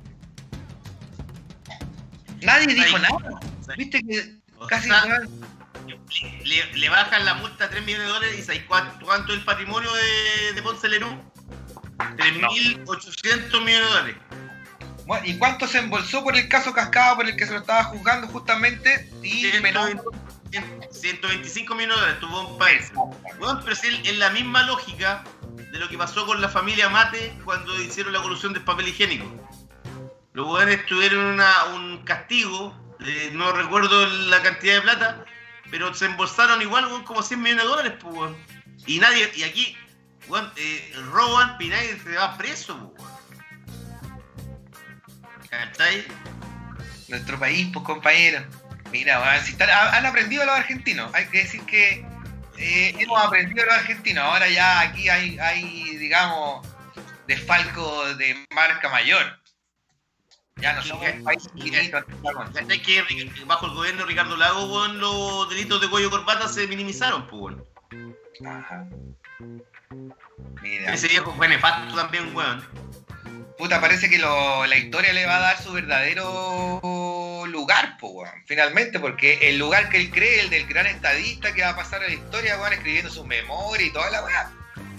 Nadie dijo Ahí. nada. Viste que O casi... sea, weón, le, le bajan la multa a tres millones de dólares y ¿sabes cuánto, cuánto es el patrimonio de, de Ponce Lerú? tres mil ochocientos millones de dólares. bueno, ¿y cuánto se embolsó por el caso Cascada por el que se lo estaba juzgando justamente? Y penado? ciento veinticinco millones de dólares tuvo un país. Bueno, pero es el- en la misma lógica de lo que pasó con la familia Mate cuando hicieron la colusión del papel higiénico. Los jugadores tuvieron una, un castigo, eh, no recuerdo la cantidad de plata, pero se embolsaron igual, weón, como cien millones de dólares, pues, weón. Y nadie, y aquí, weón, eh, roban y nadie se va preso, pues, weón. ¿Cachai? Nuestro país, pues compañeros. Mira, weón, si están- ha- han aprendido los argentinos. Hay que decir que eh, hemos aprendido los argentinos. Ahora ya aquí hay, hay digamos, desfalco de marca mayor. Ya no somos un país chiquitito. ¿Cachai? Que Ric- bajo el gobierno de Ricardo Lago, weón, los delitos de cuello corbata se minimizaron, pues, weón. Ajá. Mira. Ese viejo fue nefasto también, weón. Puta, parece que lo- la historia le va a dar su verdadero lugar, po, weón. Finalmente, porque el lugar que él cree, el del gran estadista que va a pasar a la historia, weón, escribiendo sus memorias y toda la weá.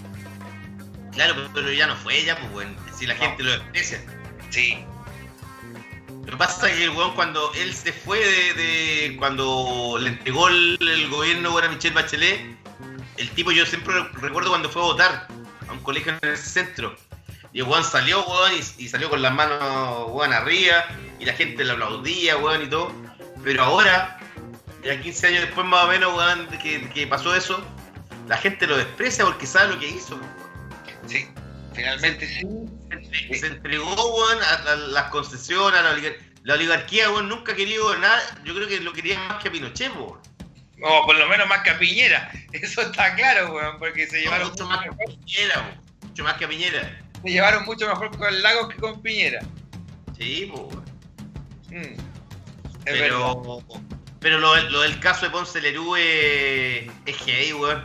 Claro, pero, pero ya no fue ella, pues, weón. Si la No. gente lo desprecia. Sí. Lo que pasa es que el weón, cuando él se fue de, de- cuando le entregó el, el gobierno, weón, a Michelle Bachelet, el tipo, yo siempre recuerdo cuando fue a votar a un colegio en el centro. Y el weón salió, weón, y, y salió con las manos, weón, arriba, y la gente le aplaudía, weón, y todo. Pero ahora, ya quince años después más o menos, weón, de que, que pasó eso, la gente lo desprecia porque sabe lo que hizo. Sí. Finalmente sí. Se, se entregó, weón, a, a las concesiones, a la, oligar- la oligarquía, weón, nunca ha querido gobernar. Yo creo que lo quería más que a Pinochet, weón. O por lo menos más que a Piñera. Eso está claro, weón, porque se No, llevaron mucho mucho más que a mejor, Piñera, weón. Mucho más que a Piñera. se llevaron mucho mejor con Lagos que con Piñera. Sí, weón. Mm. Es verdad. Pero, pero lo, lo del caso de Ponce Lerú es, es heavy, weón.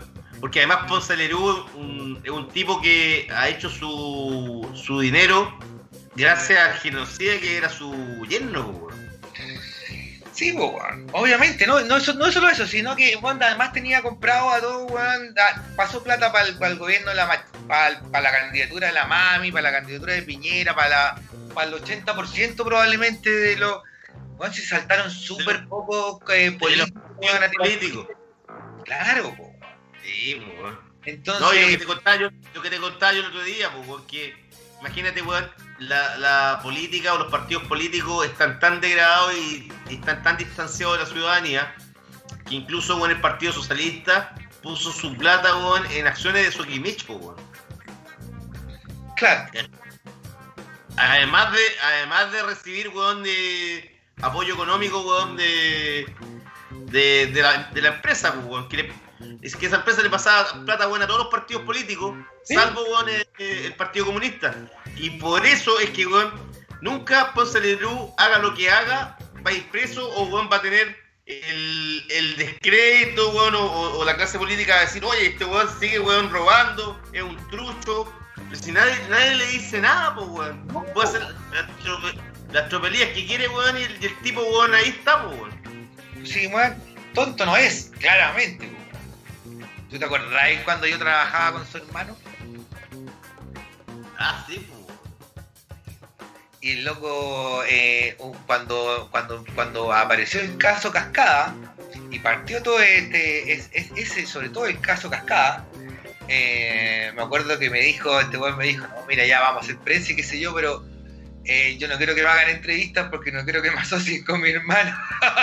porque además Ponce Lerú es un, es un tipo que ha hecho su, su dinero gracias al genocida que era su yerno, weón. Sí, pues, weón. Obviamente, no, no, no solo eso, sino que weón, además tenía comprado a todo, weón, pasó plata para el, el gobierno, para pa la candidatura de la Mami, para la candidatura de Piñera, para el ochenta por ciento probablemente de los... Weón, se saltaron súper pocos eh, políticos. políticos. Claro, po. Sí, weón. Entonces... No, y lo que te contaba yo, lo que te contaba yo el otro día, pues, porque imagínate, weón, la, la política o los partidos políticos están tan degradados y, y están tan distanciados de la ciudadanía que incluso, weón, el Partido Socialista puso su plata, weón, en acciones de Soquimich, pues, weón. Claro. Además de, además de recibir, weón, de apoyo económico, weón, de, de, de, la, de la empresa, pues, weón, que le, es que esa empresa le pasaba plata, weón, a todos los partidos políticos, ¿sí? Salvo, weón, el, el Partido Comunista. Y por eso es que, weón, nunca Ponce Lerú haga lo que haga, va a ir preso o, weón, va a tener el, el descrédito, weón, o, o la clase política a decir, oye, este weón sigue, weón, robando, es un trucho. Pero si nadie, nadie le dice nada, pues, weón. Puede hacer las, trope, las tropelías que quiere, weón, y el, y el tipo, weón, ahí está, pues, weón. Sí, weón, tonto no es, claramente, weón. ¿Tú te acordás cuando yo trabajaba con su hermano? Ah, sí, pues. Y el loco, eh, cuando, cuando, cuando apareció el caso Cascada, y partió todo este, es, es, ese, sobre todo el caso Cascada, eh, me acuerdo que me dijo, este weón me dijo, no, mira, ya vamos a hacer prensa y qué sé yo, pero eh, yo no quiero que me hagan entrevistas porque no quiero que me asocien con mi hermano.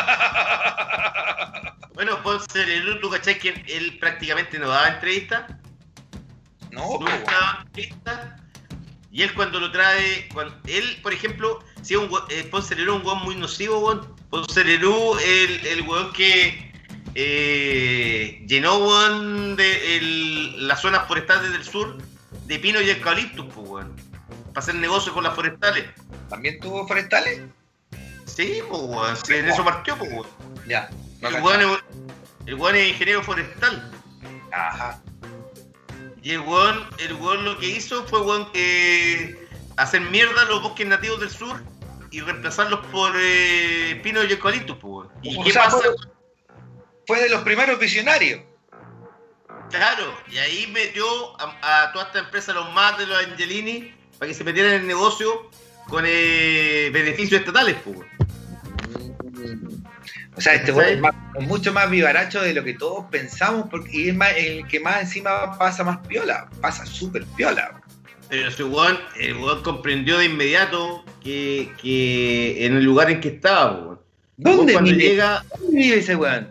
Bueno, Ponce Lerú, ¿tú cachai que él prácticamente no daba entrevistas? No, nunca daba entrevistas. Y él cuando lo trae, cuando, él, por ejemplo, si es un eh, Ponce Lerú es un weón muy nocivo, weón. Ponce Lerú el, el weón que eh, llenó, weón, de el, las zonas forestales del sur de pino y eucaliptus, pues, weón, para hacer negocio con las forestales. ¿También tuvo forestales? Sí, pues, weón, sí, en eso partió, pues, weón. Ya. No el, weón es, el weón es ingeniero forestal. Ajá. Y el weón, el weón lo que hizo fue, weón, eh, hacer mierda a los bosques nativos del sur y reemplazarlos por eh, pino y eucaliptus, pues, weón. ¿Y o qué sea, pasa? Fue, fue de los primeros visionarios. Claro, y ahí metió a, a toda esta empresa, los más de los Angelini, para que se metieran en el negocio con eh, beneficios estatales, pues, weón. O sea, este weón es, más, es mucho más vivaracho de lo que todos pensamos, porque y es más, el que más encima pasa más piola, pasa súper piola. Pero ese weón, el weón comprendió de inmediato que, que en el lugar en que estaba, weón. ¿Dónde cuando vive? llega, ¿Dónde vive ese weón?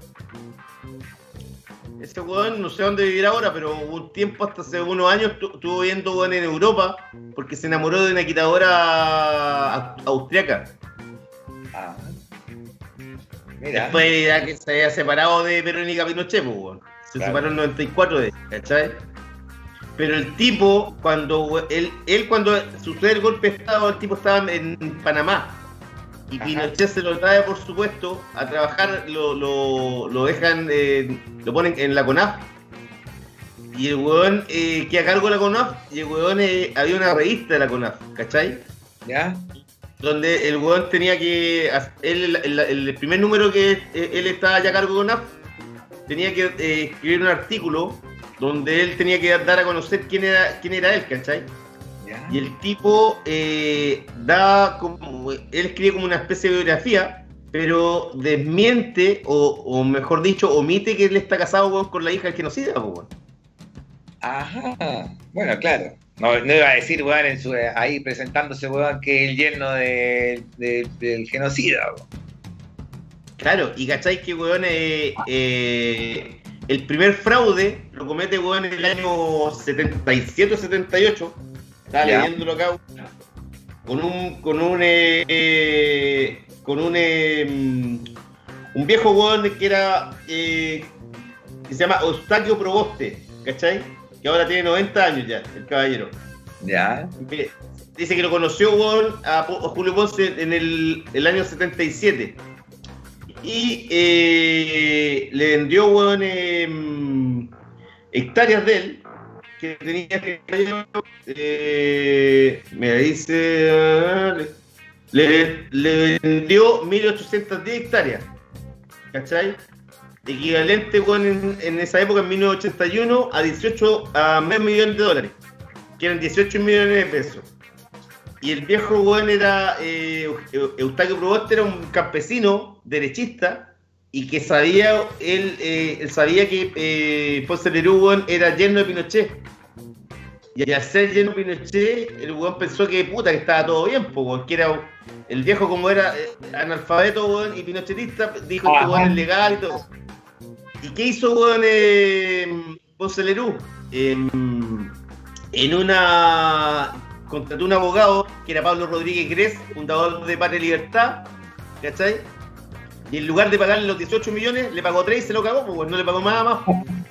Ese weón, no sé dónde vivirá ahora, pero hubo un tiempo, hasta hace unos años, estuvo viviendo, weón, en Europa, porque se enamoró de una quitadora austriaca. Ah. Mira. Después ya que se había separado de Verónica Pinochet, pues, weón. Se Claro. separó en el noventa y cuatro de ella, ¿cachai? Pero el tipo, cuando él, él cuando sucede el golpe de Estado, el tipo estaba en Panamá. Y Ajá. Pinochet se lo trae, por supuesto, a trabajar, lo, lo, lo dejan, eh, lo ponen en la CONAF. Y el weón eh, queda a cargo de la CONAF, y el weón eh, había una revista de la CONAF, ¿cachai? ¿Ya? Donde el weón tenía que, él, el, el, el primer número que él estaba ya a cargo de CONAF, tenía que eh, escribir un artículo donde él tenía que dar a conocer quién era, quién era él, ¿cachai? ¿Ya? Y el tipo eh, da como, él escribe como una especie de biografía, pero desmiente, o, o mejor dicho, omite que él está casado, weón, con la hija del genocida, weón. Ajá. Bueno, claro. No, no iba a decir, weón, en su, ahí presentándose, weón, que es el yerno de, de, del genocida, weón. Claro, y cachai que, weón, eh, eh, el primer fraude lo comete, weón, en el año setenta y siete o setenta y ocho. Estaba Ya. leyéndolo acá, con un, con un, eh, eh, con un, eh, un viejo, weón, que era, eh, que se llama Eustaquio Proboste, ¿cachai? Que ahora tiene noventa años ya, el caballero. Ya. Dice que lo conoció, weón, a, a Julio Ponce en el, el año setenta y siete. Y eh, le vendió, weón, eh, hectáreas de él, que tenía eh, me dice, uh, le, le vendió mil ochocientas diez hectáreas, ¿cachai? Equivalente, bueno, en, en esa época, en mil novecientos ochenta y uno, a dieciocho, a medio millón de dólares, que eran dieciocho millones de pesos. Y el viejo, bueno, era, eh, Eustaquio Proboste era un campesino derechista, y que sabía, él, eh, él sabía que eh, Ponce Lerú, bueno, era yerno de Pinochet. Y al ser yerno de Pinochet, el weón pensó que puta, que estaba todo bien, pues, que era el viejo, como era eh, analfabeto, weón, y pinochetista, dijo que weón es legal y todo. ¿Y qué hizo, weón, eh, Ponce Lerú? Eh, en una... contrató un abogado, que era Pablo Rodríguez Gres, fundador de Patria y Libertad, ¿cachai? Y en lugar de pagarle los dieciocho millones, le pagó tres y se lo cagó, pues no le pagó nada más.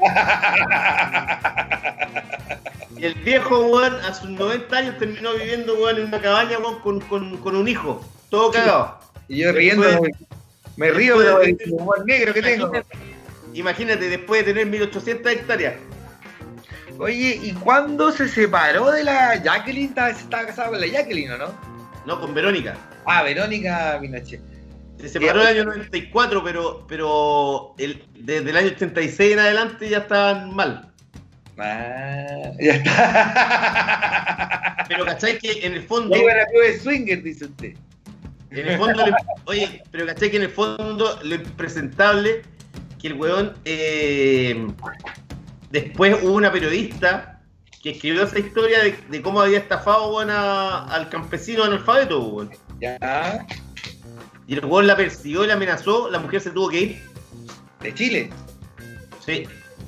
Y el viejo, weón, a sus noventa años terminó viviendo, weón, en una cabaña, weón, con, con, con un hijo, todo cagado. Y yo riendo, después, me río del humor negro que tengo. Imagínate, después de tener mil ochocientas hectáreas. Oye, ¿y cuándo se separó de la Jacqueline? ¿Estaba, estaba casado con la Jacqueline o no? No, con Verónica. Ah, Verónica Pinochet. Se separó en el año noventa y cuatro, pero, pero el, desde el año ochenta y seis en adelante ya estaban mal. Ah, ya está. Pero ¿cachai que en el fondo... Iban a club de swinger, dice usted. En el fondo, le, oye, pero ¿cachai que en el fondo lo impresentable que el weón... Eh, después hubo una periodista que escribió esa historia de, de cómo había estafado, weón, a, al campesino analfabeto, weón. Ya. Y el weón la persiguió y la amenazó, la mujer se tuvo que ir. ¿De Chile? Sí.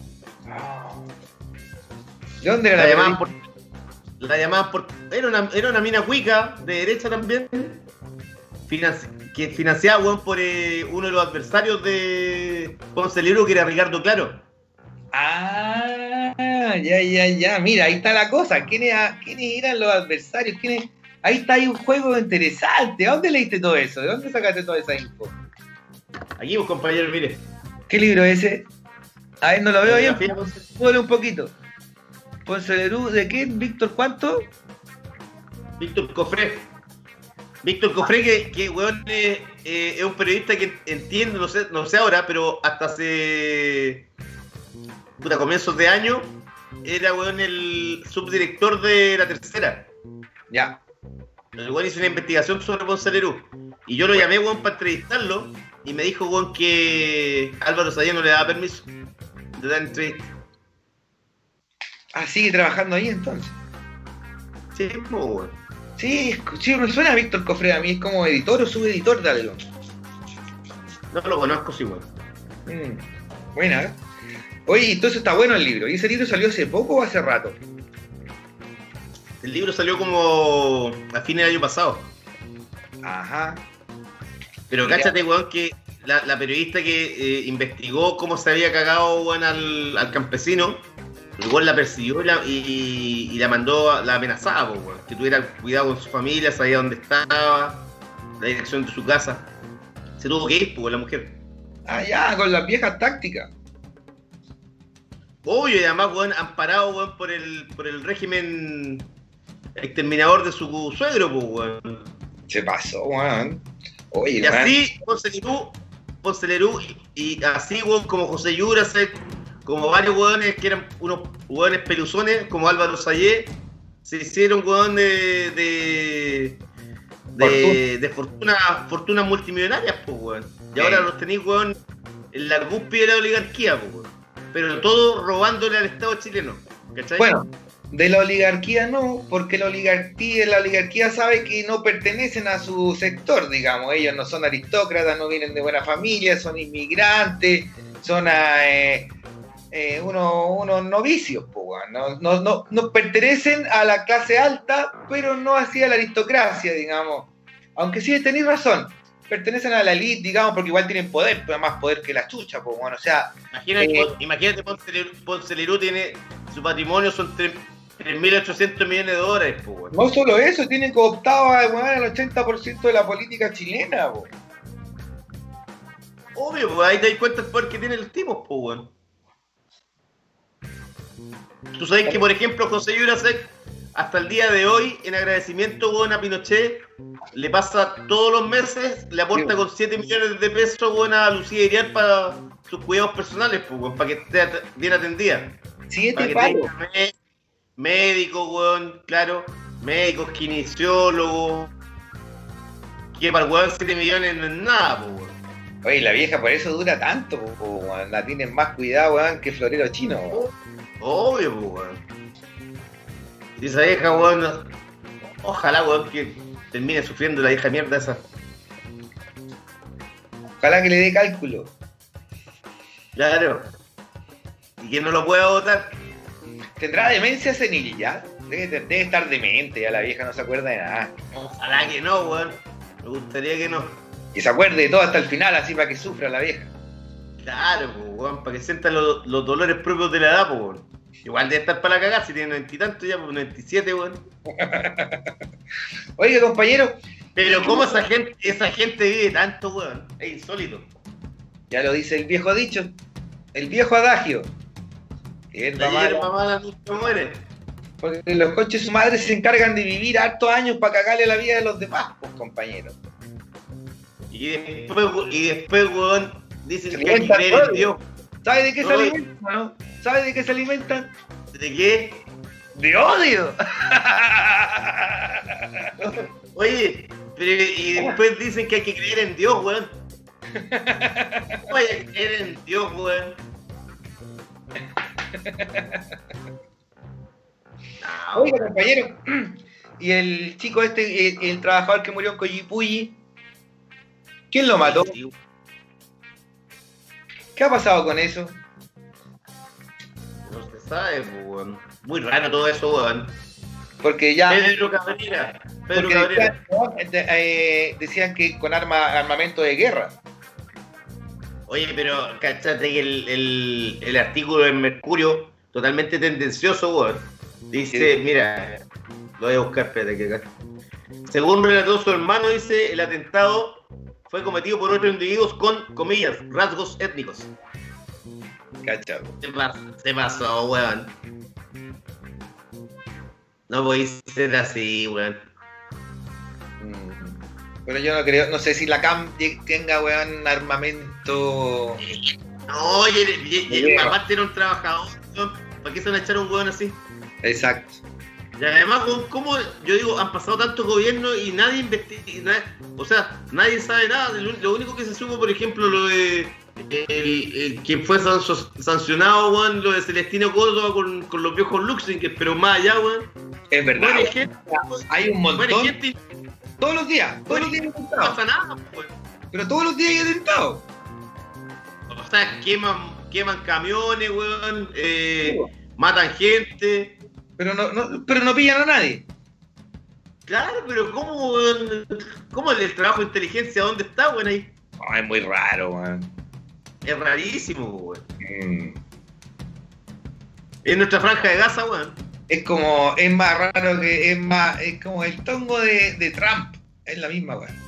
¿De dónde era la, la llamaban por, la llamaban por... Era una, era una mina cuica, de derecha también, financi, que financiada, weón, por eh, uno de los adversarios de Ponce Lerú, que era Ricardo Claro. Ah, ya, ya, ya. Mira, ahí está la cosa. ¿Quiénes, quiénes eran los adversarios? ¿Quiénes? Ahí está, hay un juego interesante. ¿De dónde leíste todo eso? ¿De dónde sacaste toda esa info? Aquí, vos, compañero, mire. ¿Qué libro es ese? A ver, no lo veo bien. Súbele un poquito. Ponce Lerú, ¿de qué? ¿Víctor cuánto? Víctor Cofré. Víctor Cofré, que, que weón, eh, eh, es un periodista que entiende, no sé, no sé ahora, pero hasta hace... puta, comienzos de año, era, weón, el subdirector de La Tercera. Ya. El weón hizo una investigación sobre Ponce Lerú. Y yo lo llamé, weón, para entrevistarlo. Y me dijo, weón, que Álvaro Sayé no le daba permiso de dar entrevista. Ah, sigue trabajando ahí entonces. Sí, pues, weón. Sí, sí, me suena a Víctor Cofré. A mí es como editor o subeditor de algo. No lo conozco, sí, weón. Mm, buena, ¿eh? Oye, entonces está bueno el libro. ¿Y ese libro salió hace poco o hace rato? El libro salió como a fines del año pasado. Ajá. Pero cáchate, weón, que la, la periodista que eh, investigó cómo se había cagado, weón, al, al campesino, el weón la persiguió y la, y, y la mandó, la amenazaba, weón, que tuviera cuidado con su familia, sabía dónde estaba, la dirección de su casa. Se tuvo que ir, pues, la mujer. Ah, ya, con las viejas tácticas. Obvio, y además, weón, amparado, weón, por el, por el régimen exterminador de su suegro, pues, weón. Se pasó, weón. Oye, y weón. así, Ponce Lerú, Ponce Lerú, y, y así, weón, como José Yurasek, como varios weones que eran unos weones peluzones, como Álvaro Sayé, se hicieron, weón, de... de de, de fortuna, fortunas multimillonarias, pues, weón. Y ahora los tenéis, weón, en la cúspide de la oligarquía, pues, weón. Pero todo robándole al Estado chileno, ¿cachai? Bueno, de la oligarquía no, porque la oligarquía, la oligarquía sabe que no pertenecen a su sector, digamos. Ellos no son aristócratas, no vienen de buena familia, son inmigrantes, son eh, eh, unos, unos novicios, pues, no, no, no, no pertenecen a la clase alta, pero no así a la aristocracia, digamos. Aunque sí tenéis razón, pertenecen a la elite, digamos, porque igual tienen poder, pero más poder que la chucha, pues, bueno, o sea... Imagínate, eh, imagínate Ponce Lerú, Ponce Lerú tiene, su patrimonio son tres mil ochocientos millones de dólares, pues, bueno. No solo eso, tienen cooptado a, bueno, el ochenta por ciento de la política chilena, pues. Obvio, pues ahí te das cuenta del poder que tienen los tipos, pues, bueno. Tú sabes que, por ejemplo, José Jurasek, hasta el día de hoy, en agradecimiento, weón, a Pinochet, le pasa todos los meses, le aporta Sí. con siete millones de pesos, weón, a Lucía Iriar para sus cuidados personales, pues, weón, para que esté at- bien atendida. Siete Para que palos. tenga mé- médicos, weón, claro, médicos, kinesiólogos. Que para el weón siete millones no es nada, pues, weón. Oye, la vieja por eso dura tanto, po, po, weón. La tienen más cuidado, weón, que florero chino, weón. Obvio, pues, weón. Y esa vieja, weón, no- ojalá, weón, que termine sufriendo la vieja mierda esa. Ojalá que le dé cálculo. Claro. Y que no lo pueda votar. ¿Tendrá demencia senil ya? Debe, debe estar demente, ya la vieja no se acuerda de nada. Ojalá que no, weón. Me gustaría que no. Que se acuerde de todo hasta el final, así para que sufra la vieja. Claro, pues, weón, para que sienta los, los dolores propios de la edad, pues, weón. Igual debe estar para la cagada, si tiene noventa y tanto ya, pues noventa y siete, weón. Oiga, compañero, Pero cómo esa gente, esa gente vive tanto, weón. Es insólito. ya lo dice el viejo dicho, el viejo adagio. Hierba La mala, hierba mala nunca muere. porque los coches su madre se encargan de vivir hartos años para cagarle la vida de los demás, pues, compañero. Y después, y después, weón, dicen Se que hay que alimentan creer en todo. Dios. ¿Sabe de qué se Ay. alimentan, no? ¿Sabe de qué se alimentan? ¿De qué? ¡De odio! Oye, pero y después dicen que hay que creer en Dios, weón. ¿Cómo hay que creer en Dios, weón? No, Oiga, compañero, y el chico este, el, el trabajador que murió en Coyipulli, ¿quién lo mató? sí, ¿Qué ha pasado con eso? no se sabe, pues, weón. Muy raro todo eso, weón. Porque ya... Pedro Cabrera. Pedro porque Cabrera. decían, ¿no? De- eh, decían que con arma, armamento de guerra. Oye, pero cachate que el, el, el artículo en Mercurio, totalmente tendencioso, weón. Dice, Sí. mira, lo voy a buscar, espérate que acá. Según relató su hermano, dice, el atentado fue cometido por otros individuos con, comillas, rasgos étnicos. Cachado. Se pasó, se pasó, weón. No podéis ser así, weón. Mm. Pero yo no creo, no sé si la C A M te- tenga, weón, armamento. No, oye, y- y- De guerra. aparte era un trabajador, weón. ¿Para qué se van a echar a un weón así? Exacto. Y además, weón, ¿cómo? Yo digo, han pasado tantos gobiernos y nadie investiga, o sea, nadie sabe nada. Lo, lo único que se supo, por ejemplo, lo de el, el que fue sanso- sancionado, weón, lo de Celestino Córdoba con, con los viejos Luxemburgo, pero más allá, weón. Es verdad. Muere gente, Hay un muere montón. gente y Todos los días. Todos los días hay no atentados. pasa nada, weón. Pero todos los días hay atentados. O sea, queman, queman camiones, weón, eh, matan gente. Pero no, no, pero no pillan a nadie. Claro, pero ¿cómo, weón? ¿Cómo el, el trabajo de inteligencia dónde está, weón? Ahí Oh, es muy raro, weón. es rarísimo, weón. Mm. Es nuestra franja de Gaza, weón. Es como, es más raro que, es más, es como el tongo de, de Trump. Es la misma, weón.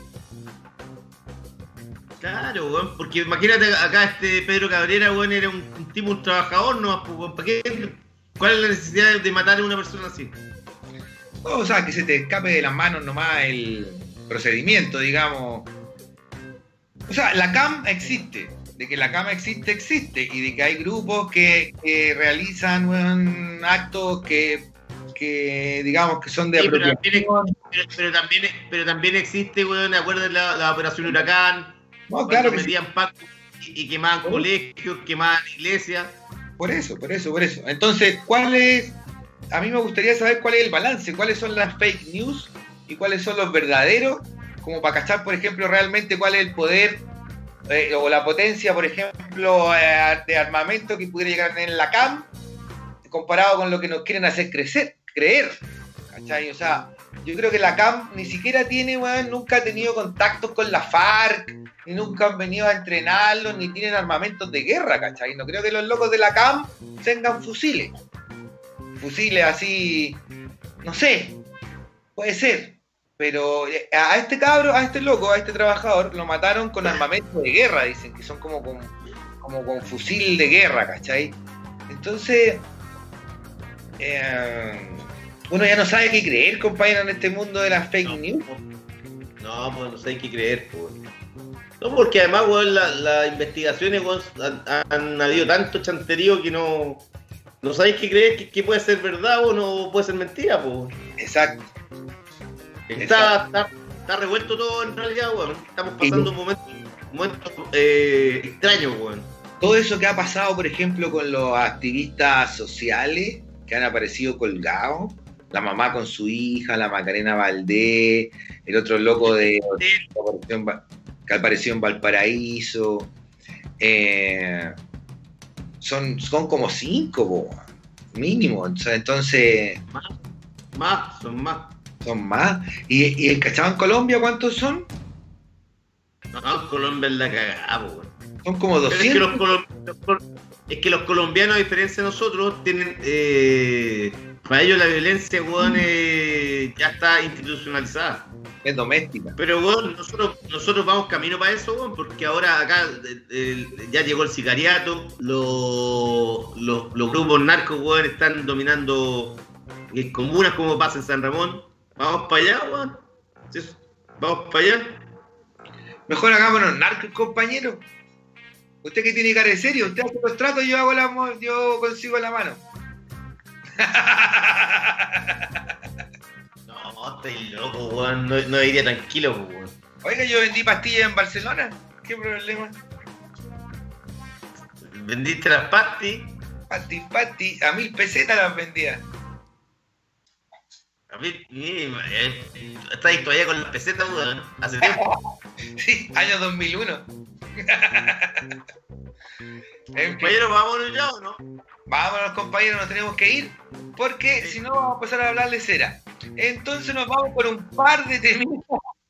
Claro, weón, porque imagínate acá este Pedro Cabrera, weón, era un, un tipo, un trabajador, ¿no? Pues, weón, ¿para qué? ¿Cuál es la necesidad de matar a una persona así? O sea, que se te escape de las manos nomás el procedimiento, digamos. O sea, la C A M existe. De que la C A M existe, existe. Y de que hay grupos que, que realizan, weón, actos que, que, digamos, que son de Sí, pero, apropiación. también, pero, pero también, pero también existe, weón, acuerdan la, la operación Huracán, No, claro que sí. metían pactos y, y quemaban ¿Oh? colegios, quemaban iglesias. Por eso, por eso, por eso. Entonces, ¿cuál es? A mí me gustaría saber cuál es el balance, cuáles son las fake news y cuáles son los verdaderos, como para cachar, por ejemplo, realmente cuál es el poder eh, o la potencia, por ejemplo, eh, de armamento que pudiera llegar a tener la C A M comparado con lo que nos quieren hacer crecer, creer. ¿Cachai? O sea, yo creo que la C A M ni siquiera tiene, weón, nunca ha tenido contactos con la FARC, ni nunca han venido a entrenarlos, ni tienen armamentos de guerra, ¿cachai? No creo que los locos de la C A M tengan fusiles. Fusiles así, no sé, puede ser. Pero a este cabro, a este loco, a este trabajador, lo mataron con armamento de guerra, dicen, que son como con, como con fusil de guerra, ¿cachai? Entonces, eh, uno ya no sabe qué creer, compañero, en este mundo de las fake no, news. No, pues no sé qué creer, pues. No, porque además, weón, las la investigaciones, weón, han, han habido tanto chanterío que no, no sabéis qué creer, que, que puede ser verdad o no puede ser mentira, pues. Exacto. Está, está, está revuelto todo en realidad, weón. Estamos pasando un momento, un momento eh, extraño, weón. Todo eso que ha pasado, por ejemplo, con los activistas sociales que han aparecido colgados, la mamá con su hija, la Macarena Valdés, el otro loco de que apareció en Valparaíso, eh, son, son como cinco, po, mínimo. O sea, entonces. Más, más, son más. Son más. ¿Y, y el cachado en Colombia cuántos son? No, en Colombia es la cagada, po, weón. Son como doscientos. Es que, los colom- los col- es que los colombianos, a diferencia de nosotros, tienen. Eh, para ellos la violencia, weón, eh, ya está institucionalizada. Es doméstica. Pero, weón, nosotros, nosotros vamos camino para eso, weón, porque ahora acá eh, eh, ya llegó el sicariato, los, los, los grupos narcos, weón, están dominando en comunas como pasa en San Ramón. Vamos para allá, weón. Sí, vamos para allá. Mejor hagámonos narcos, compañero. Usted que tiene cara de serio, usted hace los tratos, yo hago la mo- yo consigo la mano. No, estoy loco, weón. No, no iría tranquilo, weón. Oiga, yo vendí pastillas en Barcelona. ¿Qué problema? ¿Vendiste las pastis? Pasti, pasti, a mil pesetas las vendía. A mí, eh, eh, estáis todavía con las pesetas, weón. Hace tiempo. Sí, año dos mil uno. En fin, Compañero, vámonos ya o no. vámonos, compañeros, nos tenemos que ir. Porque si no, vamos a empezar a hablar de cera. Entonces nos vamos por un par de temitas.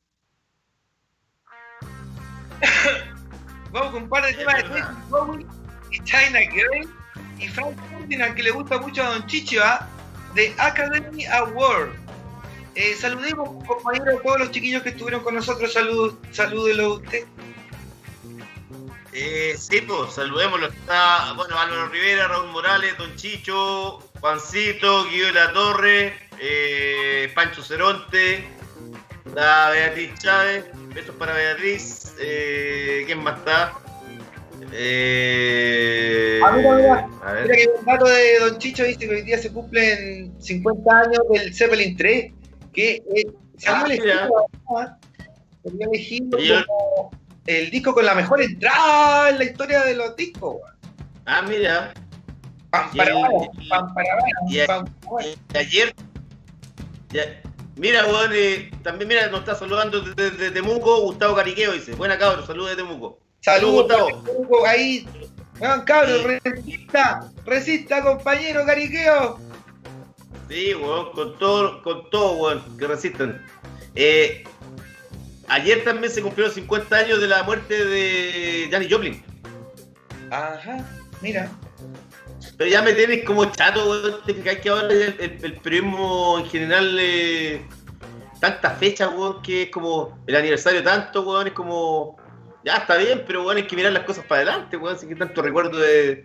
Vamos con un par de temas de David Bowie y China Girl y Frank Ferdinand, que le gusta mucho a Don Chicho, ¿ah? De Academy Award. Eh, saludemos, compañeros, a todos los chiquillos que estuvieron con nosotros. Salud, salúdelo a usted. Eh, sí, pues, saludémoslo. Está, bueno, Álvaro Rivera, Raúl Morales, Don Chicho, Juancito, Guido de la Torre, eh, Pancho Ceronte, la Beatriz Chávez, besos para Beatriz. Eh, ¿Quién más está? Eh, Ah, mira, mira. a Mira ver. que un dato de Don Chicho dice que hoy día se cumplen cincuenta años del Zeppelin tres, que eh, se Ah, había elegido, mira. se había elegido Yo- como el disco con la mejor entrada en la historia de los discos. Ah, mira. Pam, Y para, el- para, y- pam, para, para, y- pam, para. Eh, ayer. Ya, mira, weón, eh, también mira, nos está saludando desde, desde Temuco, Gustavo Cariqueo, dice. Buena cabros, saludos de Temuco. Saludos, Gustavo. Gustavo. Ahí. Vean, cabros, Sí. resista, resista, compañero Cariqueo. Sí, weón, con todo, con todo, weón, que resistan. Eh, ayer también se cumplieron cincuenta años de la muerte de Janis Joplin. Ajá, mira. Pero ya me tienes como chato, weón. Te fijáis que ahora el, el- el periodismo en general, eh, tantas fechas, weón, que es como el aniversario tanto, weón, es como. Ya está bien, pero weón, hay que mirar las cosas para adelante, weón. Así que tanto recuerdo de.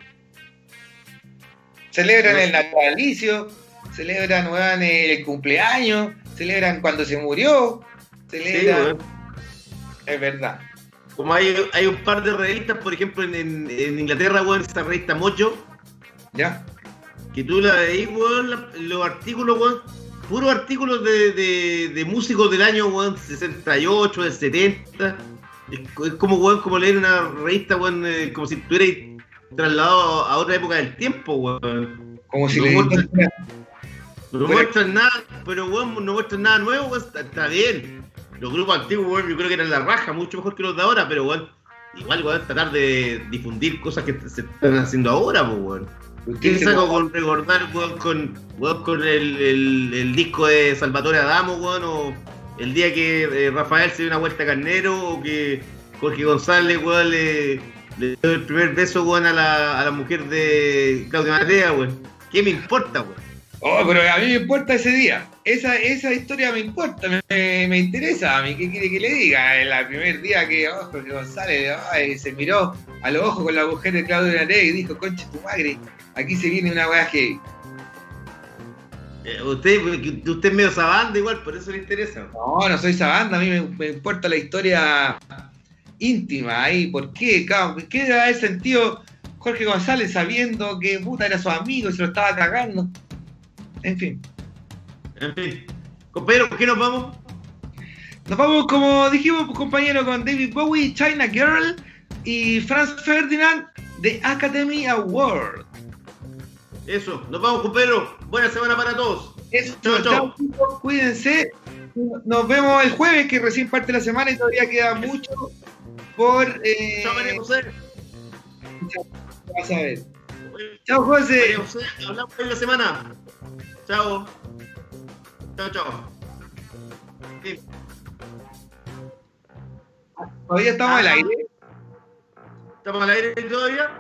Celebran No el sé. natalicio, celebran, weón, el cumpleaños, celebran cuando se murió, Sí, celebran. weón. Es verdad. Como hay, hay un par de revistas, por ejemplo, en, en, en Inglaterra, weón, esa revista Mojo, ¿Ya? que tú la veis, weón, la- los artículos, weón, puros artículos de, de, de músicos del año, weón, sesenta y ocho, del setenta. Es, es como, weón, como leer una revista, weón, eh, como si estuvierais trasladado a otra época del tiempo, weón. Como si No le muestran- dijeran, No Pero- muestran nada, pero weón, no muestran nada nuevo, weón, está, está bien. Los grupos antiguos, weón, yo creo que eran la raja, mucho mejor que los de ahora, pero weón, igual, weón, tratar de difundir cosas que se están haciendo ahora, pues, weón. ¿Qué usted saco con recordar, weón, con, weón, con el, el, el disco de Salvatore Adamo, weón, o el día que eh, Rafael se dio una vuelta a carnero, o que Jorge González, weón, le, le dio el primer beso, weón, a la, a la mujer de Claudia Matea, weón? ¿Qué me importa, weón? Oh, pero a mí me importa ese día. Esa, esa historia me importa, me, me, me interesa a mí. ¿Qué quiere que le diga? El primer día que oh, Jorge González ay, se miró a los ojos con la mujer de Claudio Naté y dijo, conche tu madre, aquí se viene una weá heavy. Eh, usted, usted es medio sabanda igual, por eso le interesa. No, no soy sabanda, a mí me, me importa la historia íntima ahí. ¿Por qué? Cabrón, ¿qué debe haber sentido Jorge González sabiendo que puta era su amigo y se lo estaba cagando? En fin. En fin. Compañero, ¿por qué nos vamos? Nos vamos, como dijimos, compañero, con David Bowie, China Girl y Franz Ferdinand de Academy Award. Eso, nos vamos, compañero. Buena semana para todos. Eso, chao, chao. chao, cuídense. Nos vemos el jueves, que recién parte la semana y todavía queda mucho por... Eh... Chao, María José. Chao, vas a ver. Chao, José. María José, hablamos en la semana. Chao. Chao, chao. Sí. ¿Todavía estamos al aire? ¿Estamos al aire todavía?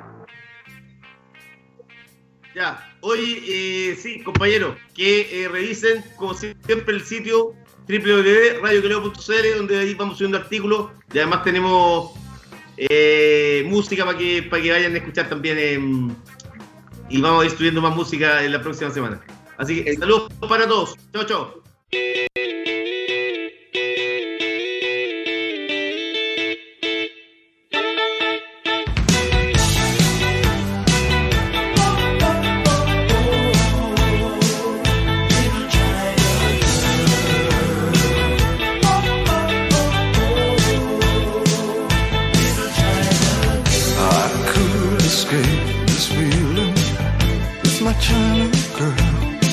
Ya. Hoy, eh, sí, compañeros, que eh, revisen, como siempre, el sitio doble u doble u doble punto radio que leo punto c l, donde ahí vamos subiendo artículos y además tenemos eh, música para que, para que vayan a escuchar también eh, y vamos a ir subiendo más música en la próxima semana. Así que saludos para todos. Chao, chao. China girl,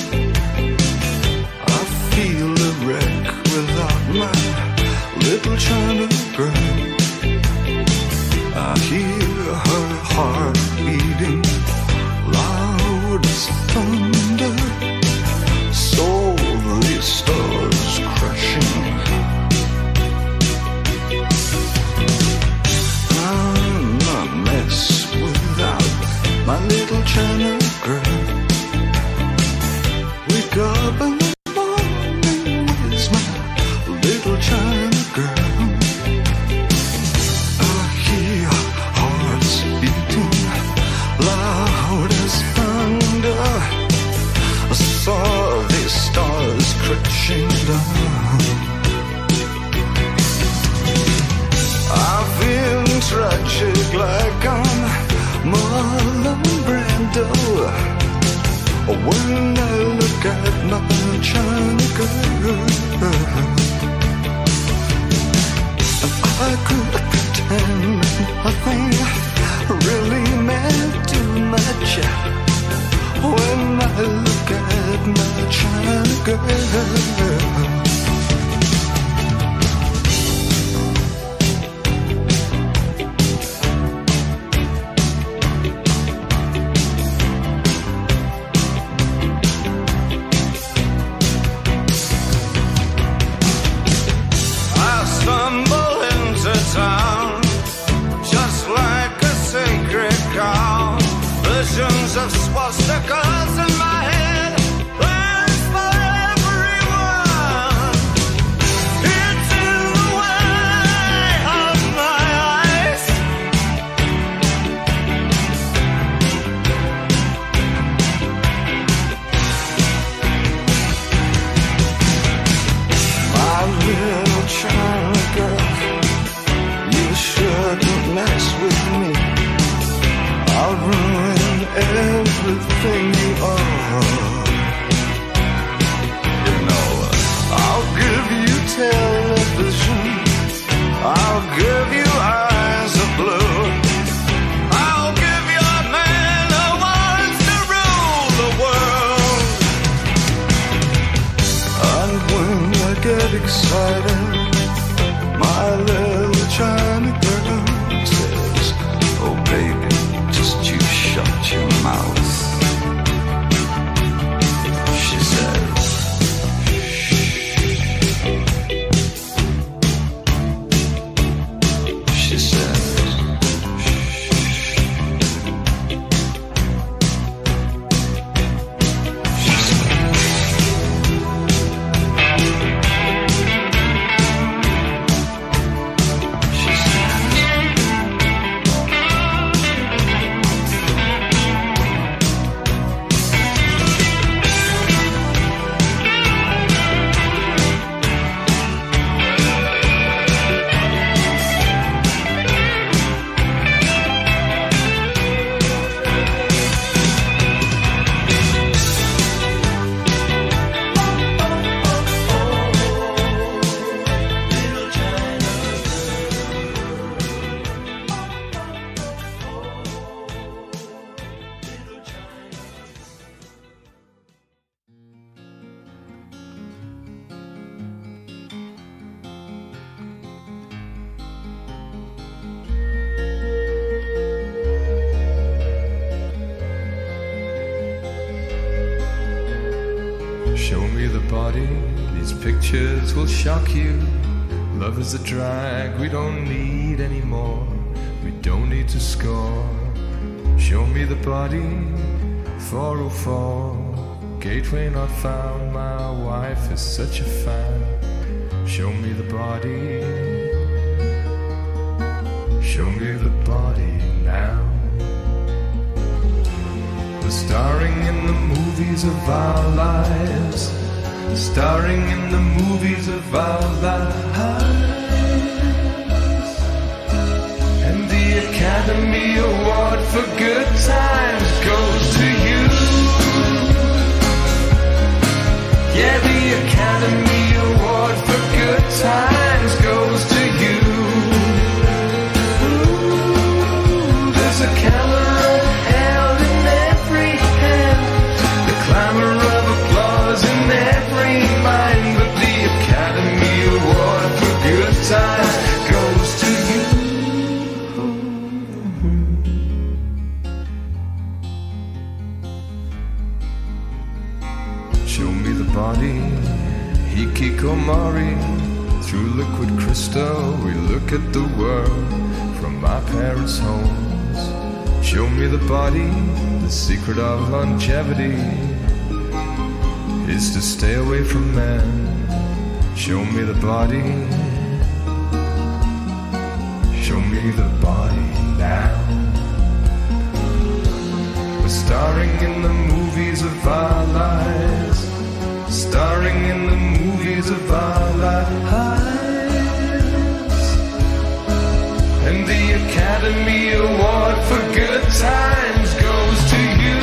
I feel a wreck without my little China girl. I hear her heart beating loud as thunder, slowly stars crashing. I'm a mess without my little China girl. Wake up in the morning, where's my little China girl? I hear hearts beating loud as thunder. I saw these stars crashing down. I've been tragic like I'm Marlon Brando. When I look at my China girl, I could pretend nothing really meant too much. When I look at my China girl. Of swastikas in my head, plans for everyone. It's in the way of my eyes. My little China girl, you shouldn't mess with me. I'll ruin everything you are. You know, I'll give you television, I'll give you eyes of blue, I'll give you a man who wants to rule the world. And when I get excited, my little China girl says, oh baby, just you shut your mouth. She says, she says, she says, body, these pictures will shock you. Love is a drag we don't need anymore. We don't need to score. Show me the body, four oh four. Gateway not found, my wife is such a fan. Show me the body, show me the body now. We're starring in the movies of our lives, starring in the movies of our lives. And the Academy Award for Good Times goes to you. Yeah, the Academy Award for Good Times goes to you. Ooh, there's a camera held in every hand, the clamor of applause in every mind, but the Academy Award for Good Times goes to you. Show me the body, hikikomori. Through liquid crystal we look at the world from our parents' homes. Show me the body, the secret of longevity is to stay away from men. Show me the body, show me the body now. We're starring in the movies of our lives, starring in the movies of our lives. And the Academy Award for Good Times goes to you.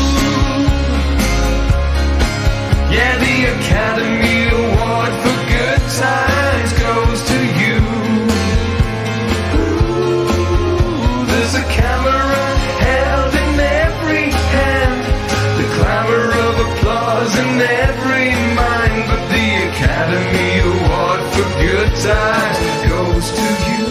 Yeah, the Academy Award for Good Times goes to you. Ooh, there's a camera held in every hand, the clamor of applause in every mind, but the Academy Award for Good Times goes to you.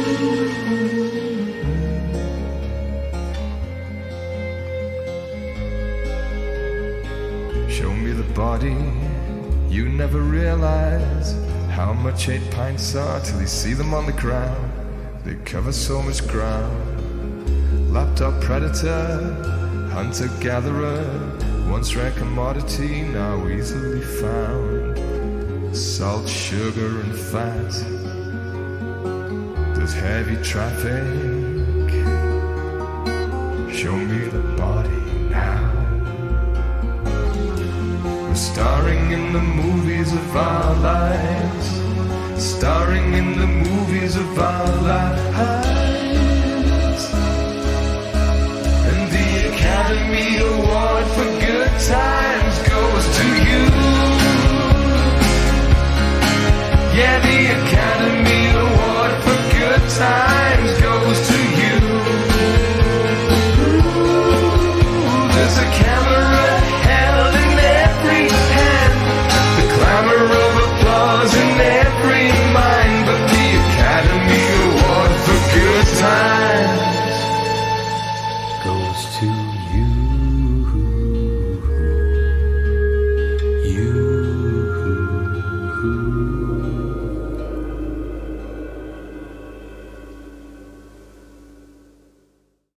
Show me the body, you never realize how much eight pints are till you see them on the ground. They cover so much ground. Laptop predator, hunter-gatherer, once rare commodity, now easily found. Salt, sugar and fat, there's heavy traffic. Show me the body now. We're starring in the movies of our lives, starring in the movies of our lives.